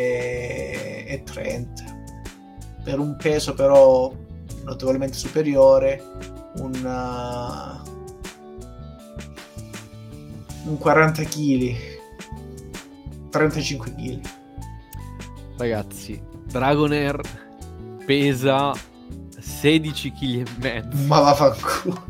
per un peso però notevolmente superiore, un 40 kg, 35 kg. Ragazzi, Dragonair pesa 16,5 kg. Ma vaffanculo.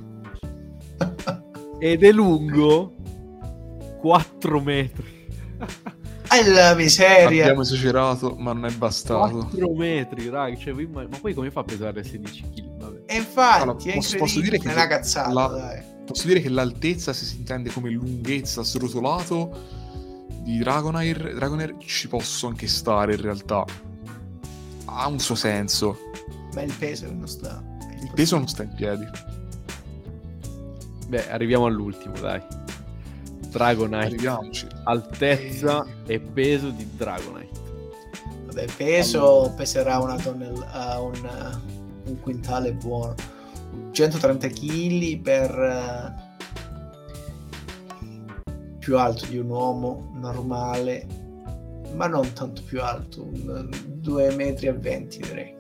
Ed è lungo 4 metri. La miseria. Abbiamo esagerato, ma non è bastato. 4 metri, raga. Cioè, ma poi come fa a pesare 16 kg? Vabbè. E infatti, allora, posso dire che è una cazzata, dai. Posso dire che l'altezza, se si intende come lunghezza srotolato, di Dragonair ci posso anche stare in realtà. Ha un suo senso. Ma il peso non sta. Il peso non sta in piedi. Beh, arriviamo all'ultimo, dai. Dragonite. Arriviamoci. Altezza e peso di Dragonite. Vabbè, peso peserà una tonnellata, un quintale buono. 130 kg per più alto di un uomo normale, ma non tanto più alto, 2,20 metri direi.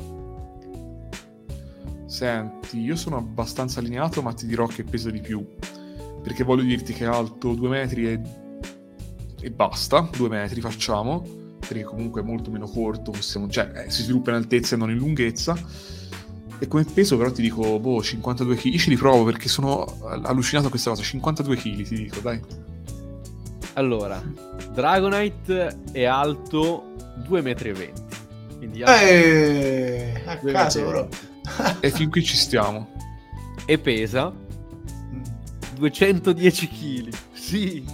Senti, io sono abbastanza allineato, ma ti dirò che pesa di più, perché voglio dirti che è alto 2 metri e basta, 2 metri facciamo, perché comunque è molto meno corto, si sviluppa in altezza e non in lunghezza. E come peso però ti dico 52 kg. Io ci riprovo perché sono allucinato a questa cosa. 52 kg ti dico, dai. Allora, Dragonite è alto 2,20 metri. Quindi a caso però. E fin qui ci stiamo. E pesa 210 kg. Sì.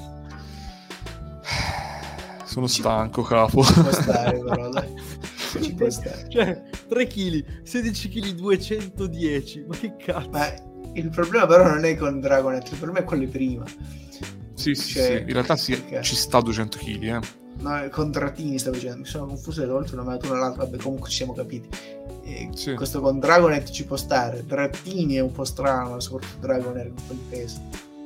Sono stanco, capo. Ci può stare però, dai. Ci può stare. Cioè, 3 kg, 16 kg, 210. Ma che cazzo? Ma il problema però non è con Dragonet, il problema è quello di prima. Sì, cioè, in realtà sì, ci sta 200 kg, No, con Trattini stavo dicendo, mi sono confuso delle volte una maratona l'altra, vabbè, comunque ci siamo capiti. Sì. Questo con Dragonet ci può stare. Trattini è un po' strano, soprattutto Dragonet con quel peso.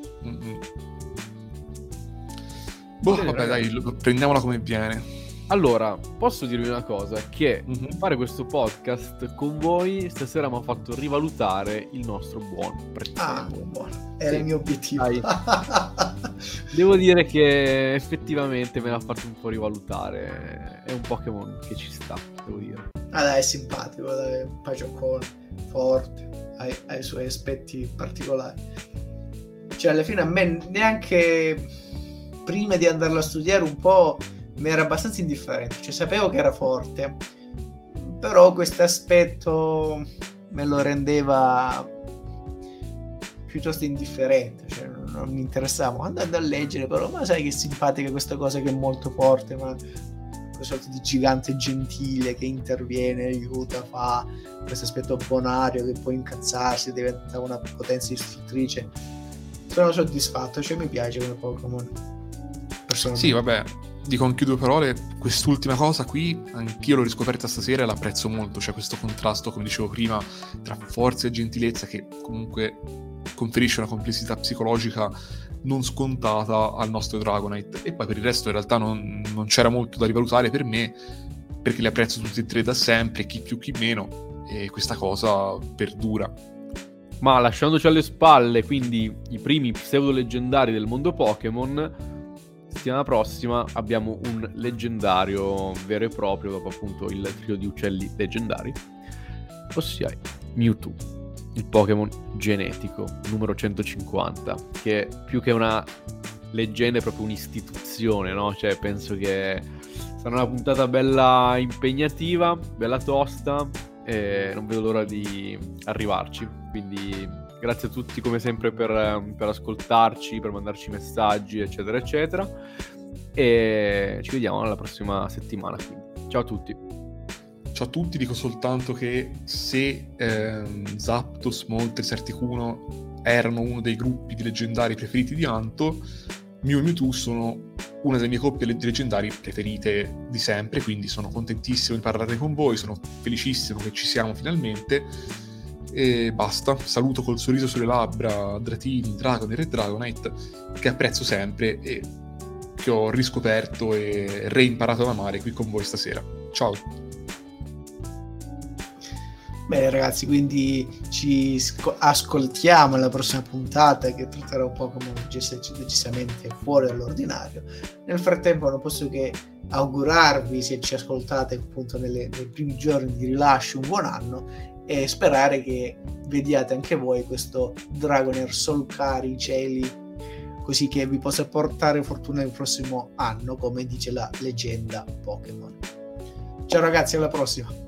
Vabbè, dai, prendiamola come viene. Allora, posso dirvi una cosa, che fare questo podcast con voi stasera mi ha fatto rivalutare il nostro buon prezzemolo. Buono. Era il mio obiettivo. Devo dire che effettivamente me l'ha fatto un po' rivalutare. È un Pokémon che ci sta, devo dire. Dai, è simpatico, dai, un pacioccone, forte, ha i suoi aspetti particolari. Cioè, alla fine a me neanche prima di andarlo a studiare un po' mi era abbastanza indifferente, cioè sapevo che era forte, però questo aspetto me lo rendeva piuttosto indifferente, cioè non mi interessava. Andando a leggere però, ma sai che simpatica questa cosa che è molto forte, ma questa sorta di gigante gentile che interviene, aiuta, fa questo aspetto bonario che può incazzarsi, diventa una potenza istruttrice. Sono soddisfatto, cioè mi piace come Pokémon. Sì, vabbè, dico anche 2 parole, quest'ultima cosa qui anch'io l'ho riscoperta stasera e l'apprezzo molto, cioè questo contrasto, come dicevo prima, tra forza e gentilezza che comunque conferisce una complessità psicologica non scontata al nostro Dragonite. E poi per il resto in realtà non c'era molto da rivalutare per me, perché li apprezzo tutti e tre da sempre, chi più chi meno, e questa cosa perdura. Ma lasciandoci alle spalle quindi i primi pseudo leggendari del mondo Pokémon, settimana prossima abbiamo un leggendario vero e proprio, dopo appunto il trio di uccelli leggendari, ossia Mewtwo, il Pokémon genetico numero 150, che più che una leggenda è proprio un'istituzione, no? Cioè penso che sarà una puntata bella impegnativa, bella tosta, e non vedo l'ora di arrivarci. Quindi grazie a tutti come sempre per ascoltarci, per mandarci messaggi, eccetera eccetera, e ci vediamo alla prossima settimana. Quindi ciao a tutti. Ciao a tutti, dico soltanto che se Zapdos, Moltres, Articuno erano uno dei gruppi di leggendari preferiti di Anto, Mew e Mewtwo sono una delle mie coppie di leggendari preferite di sempre, quindi sono contentissimo di parlare con voi, sono felicissimo che ci siamo finalmente, e basta. Saluto col sorriso sulle labbra Dratini, Dragonair e Dragonite, che apprezzo sempre e che ho riscoperto e reimparato ad amare qui con voi stasera. Ciao! Bene ragazzi, quindi ascoltiamo alla prossima puntata, che tratterà un Pokémon decisamente fuori dall'ordinario. Nel frattempo non posso che augurarvi, se ci ascoltate appunto nei primi giorni di rilascio, un buon anno, e sperare che vediate anche voi questo Dragonair solcare i cieli, così che vi possa portare fortuna il prossimo anno, come dice la leggenda Pokémon. Ciao ragazzi, alla prossima!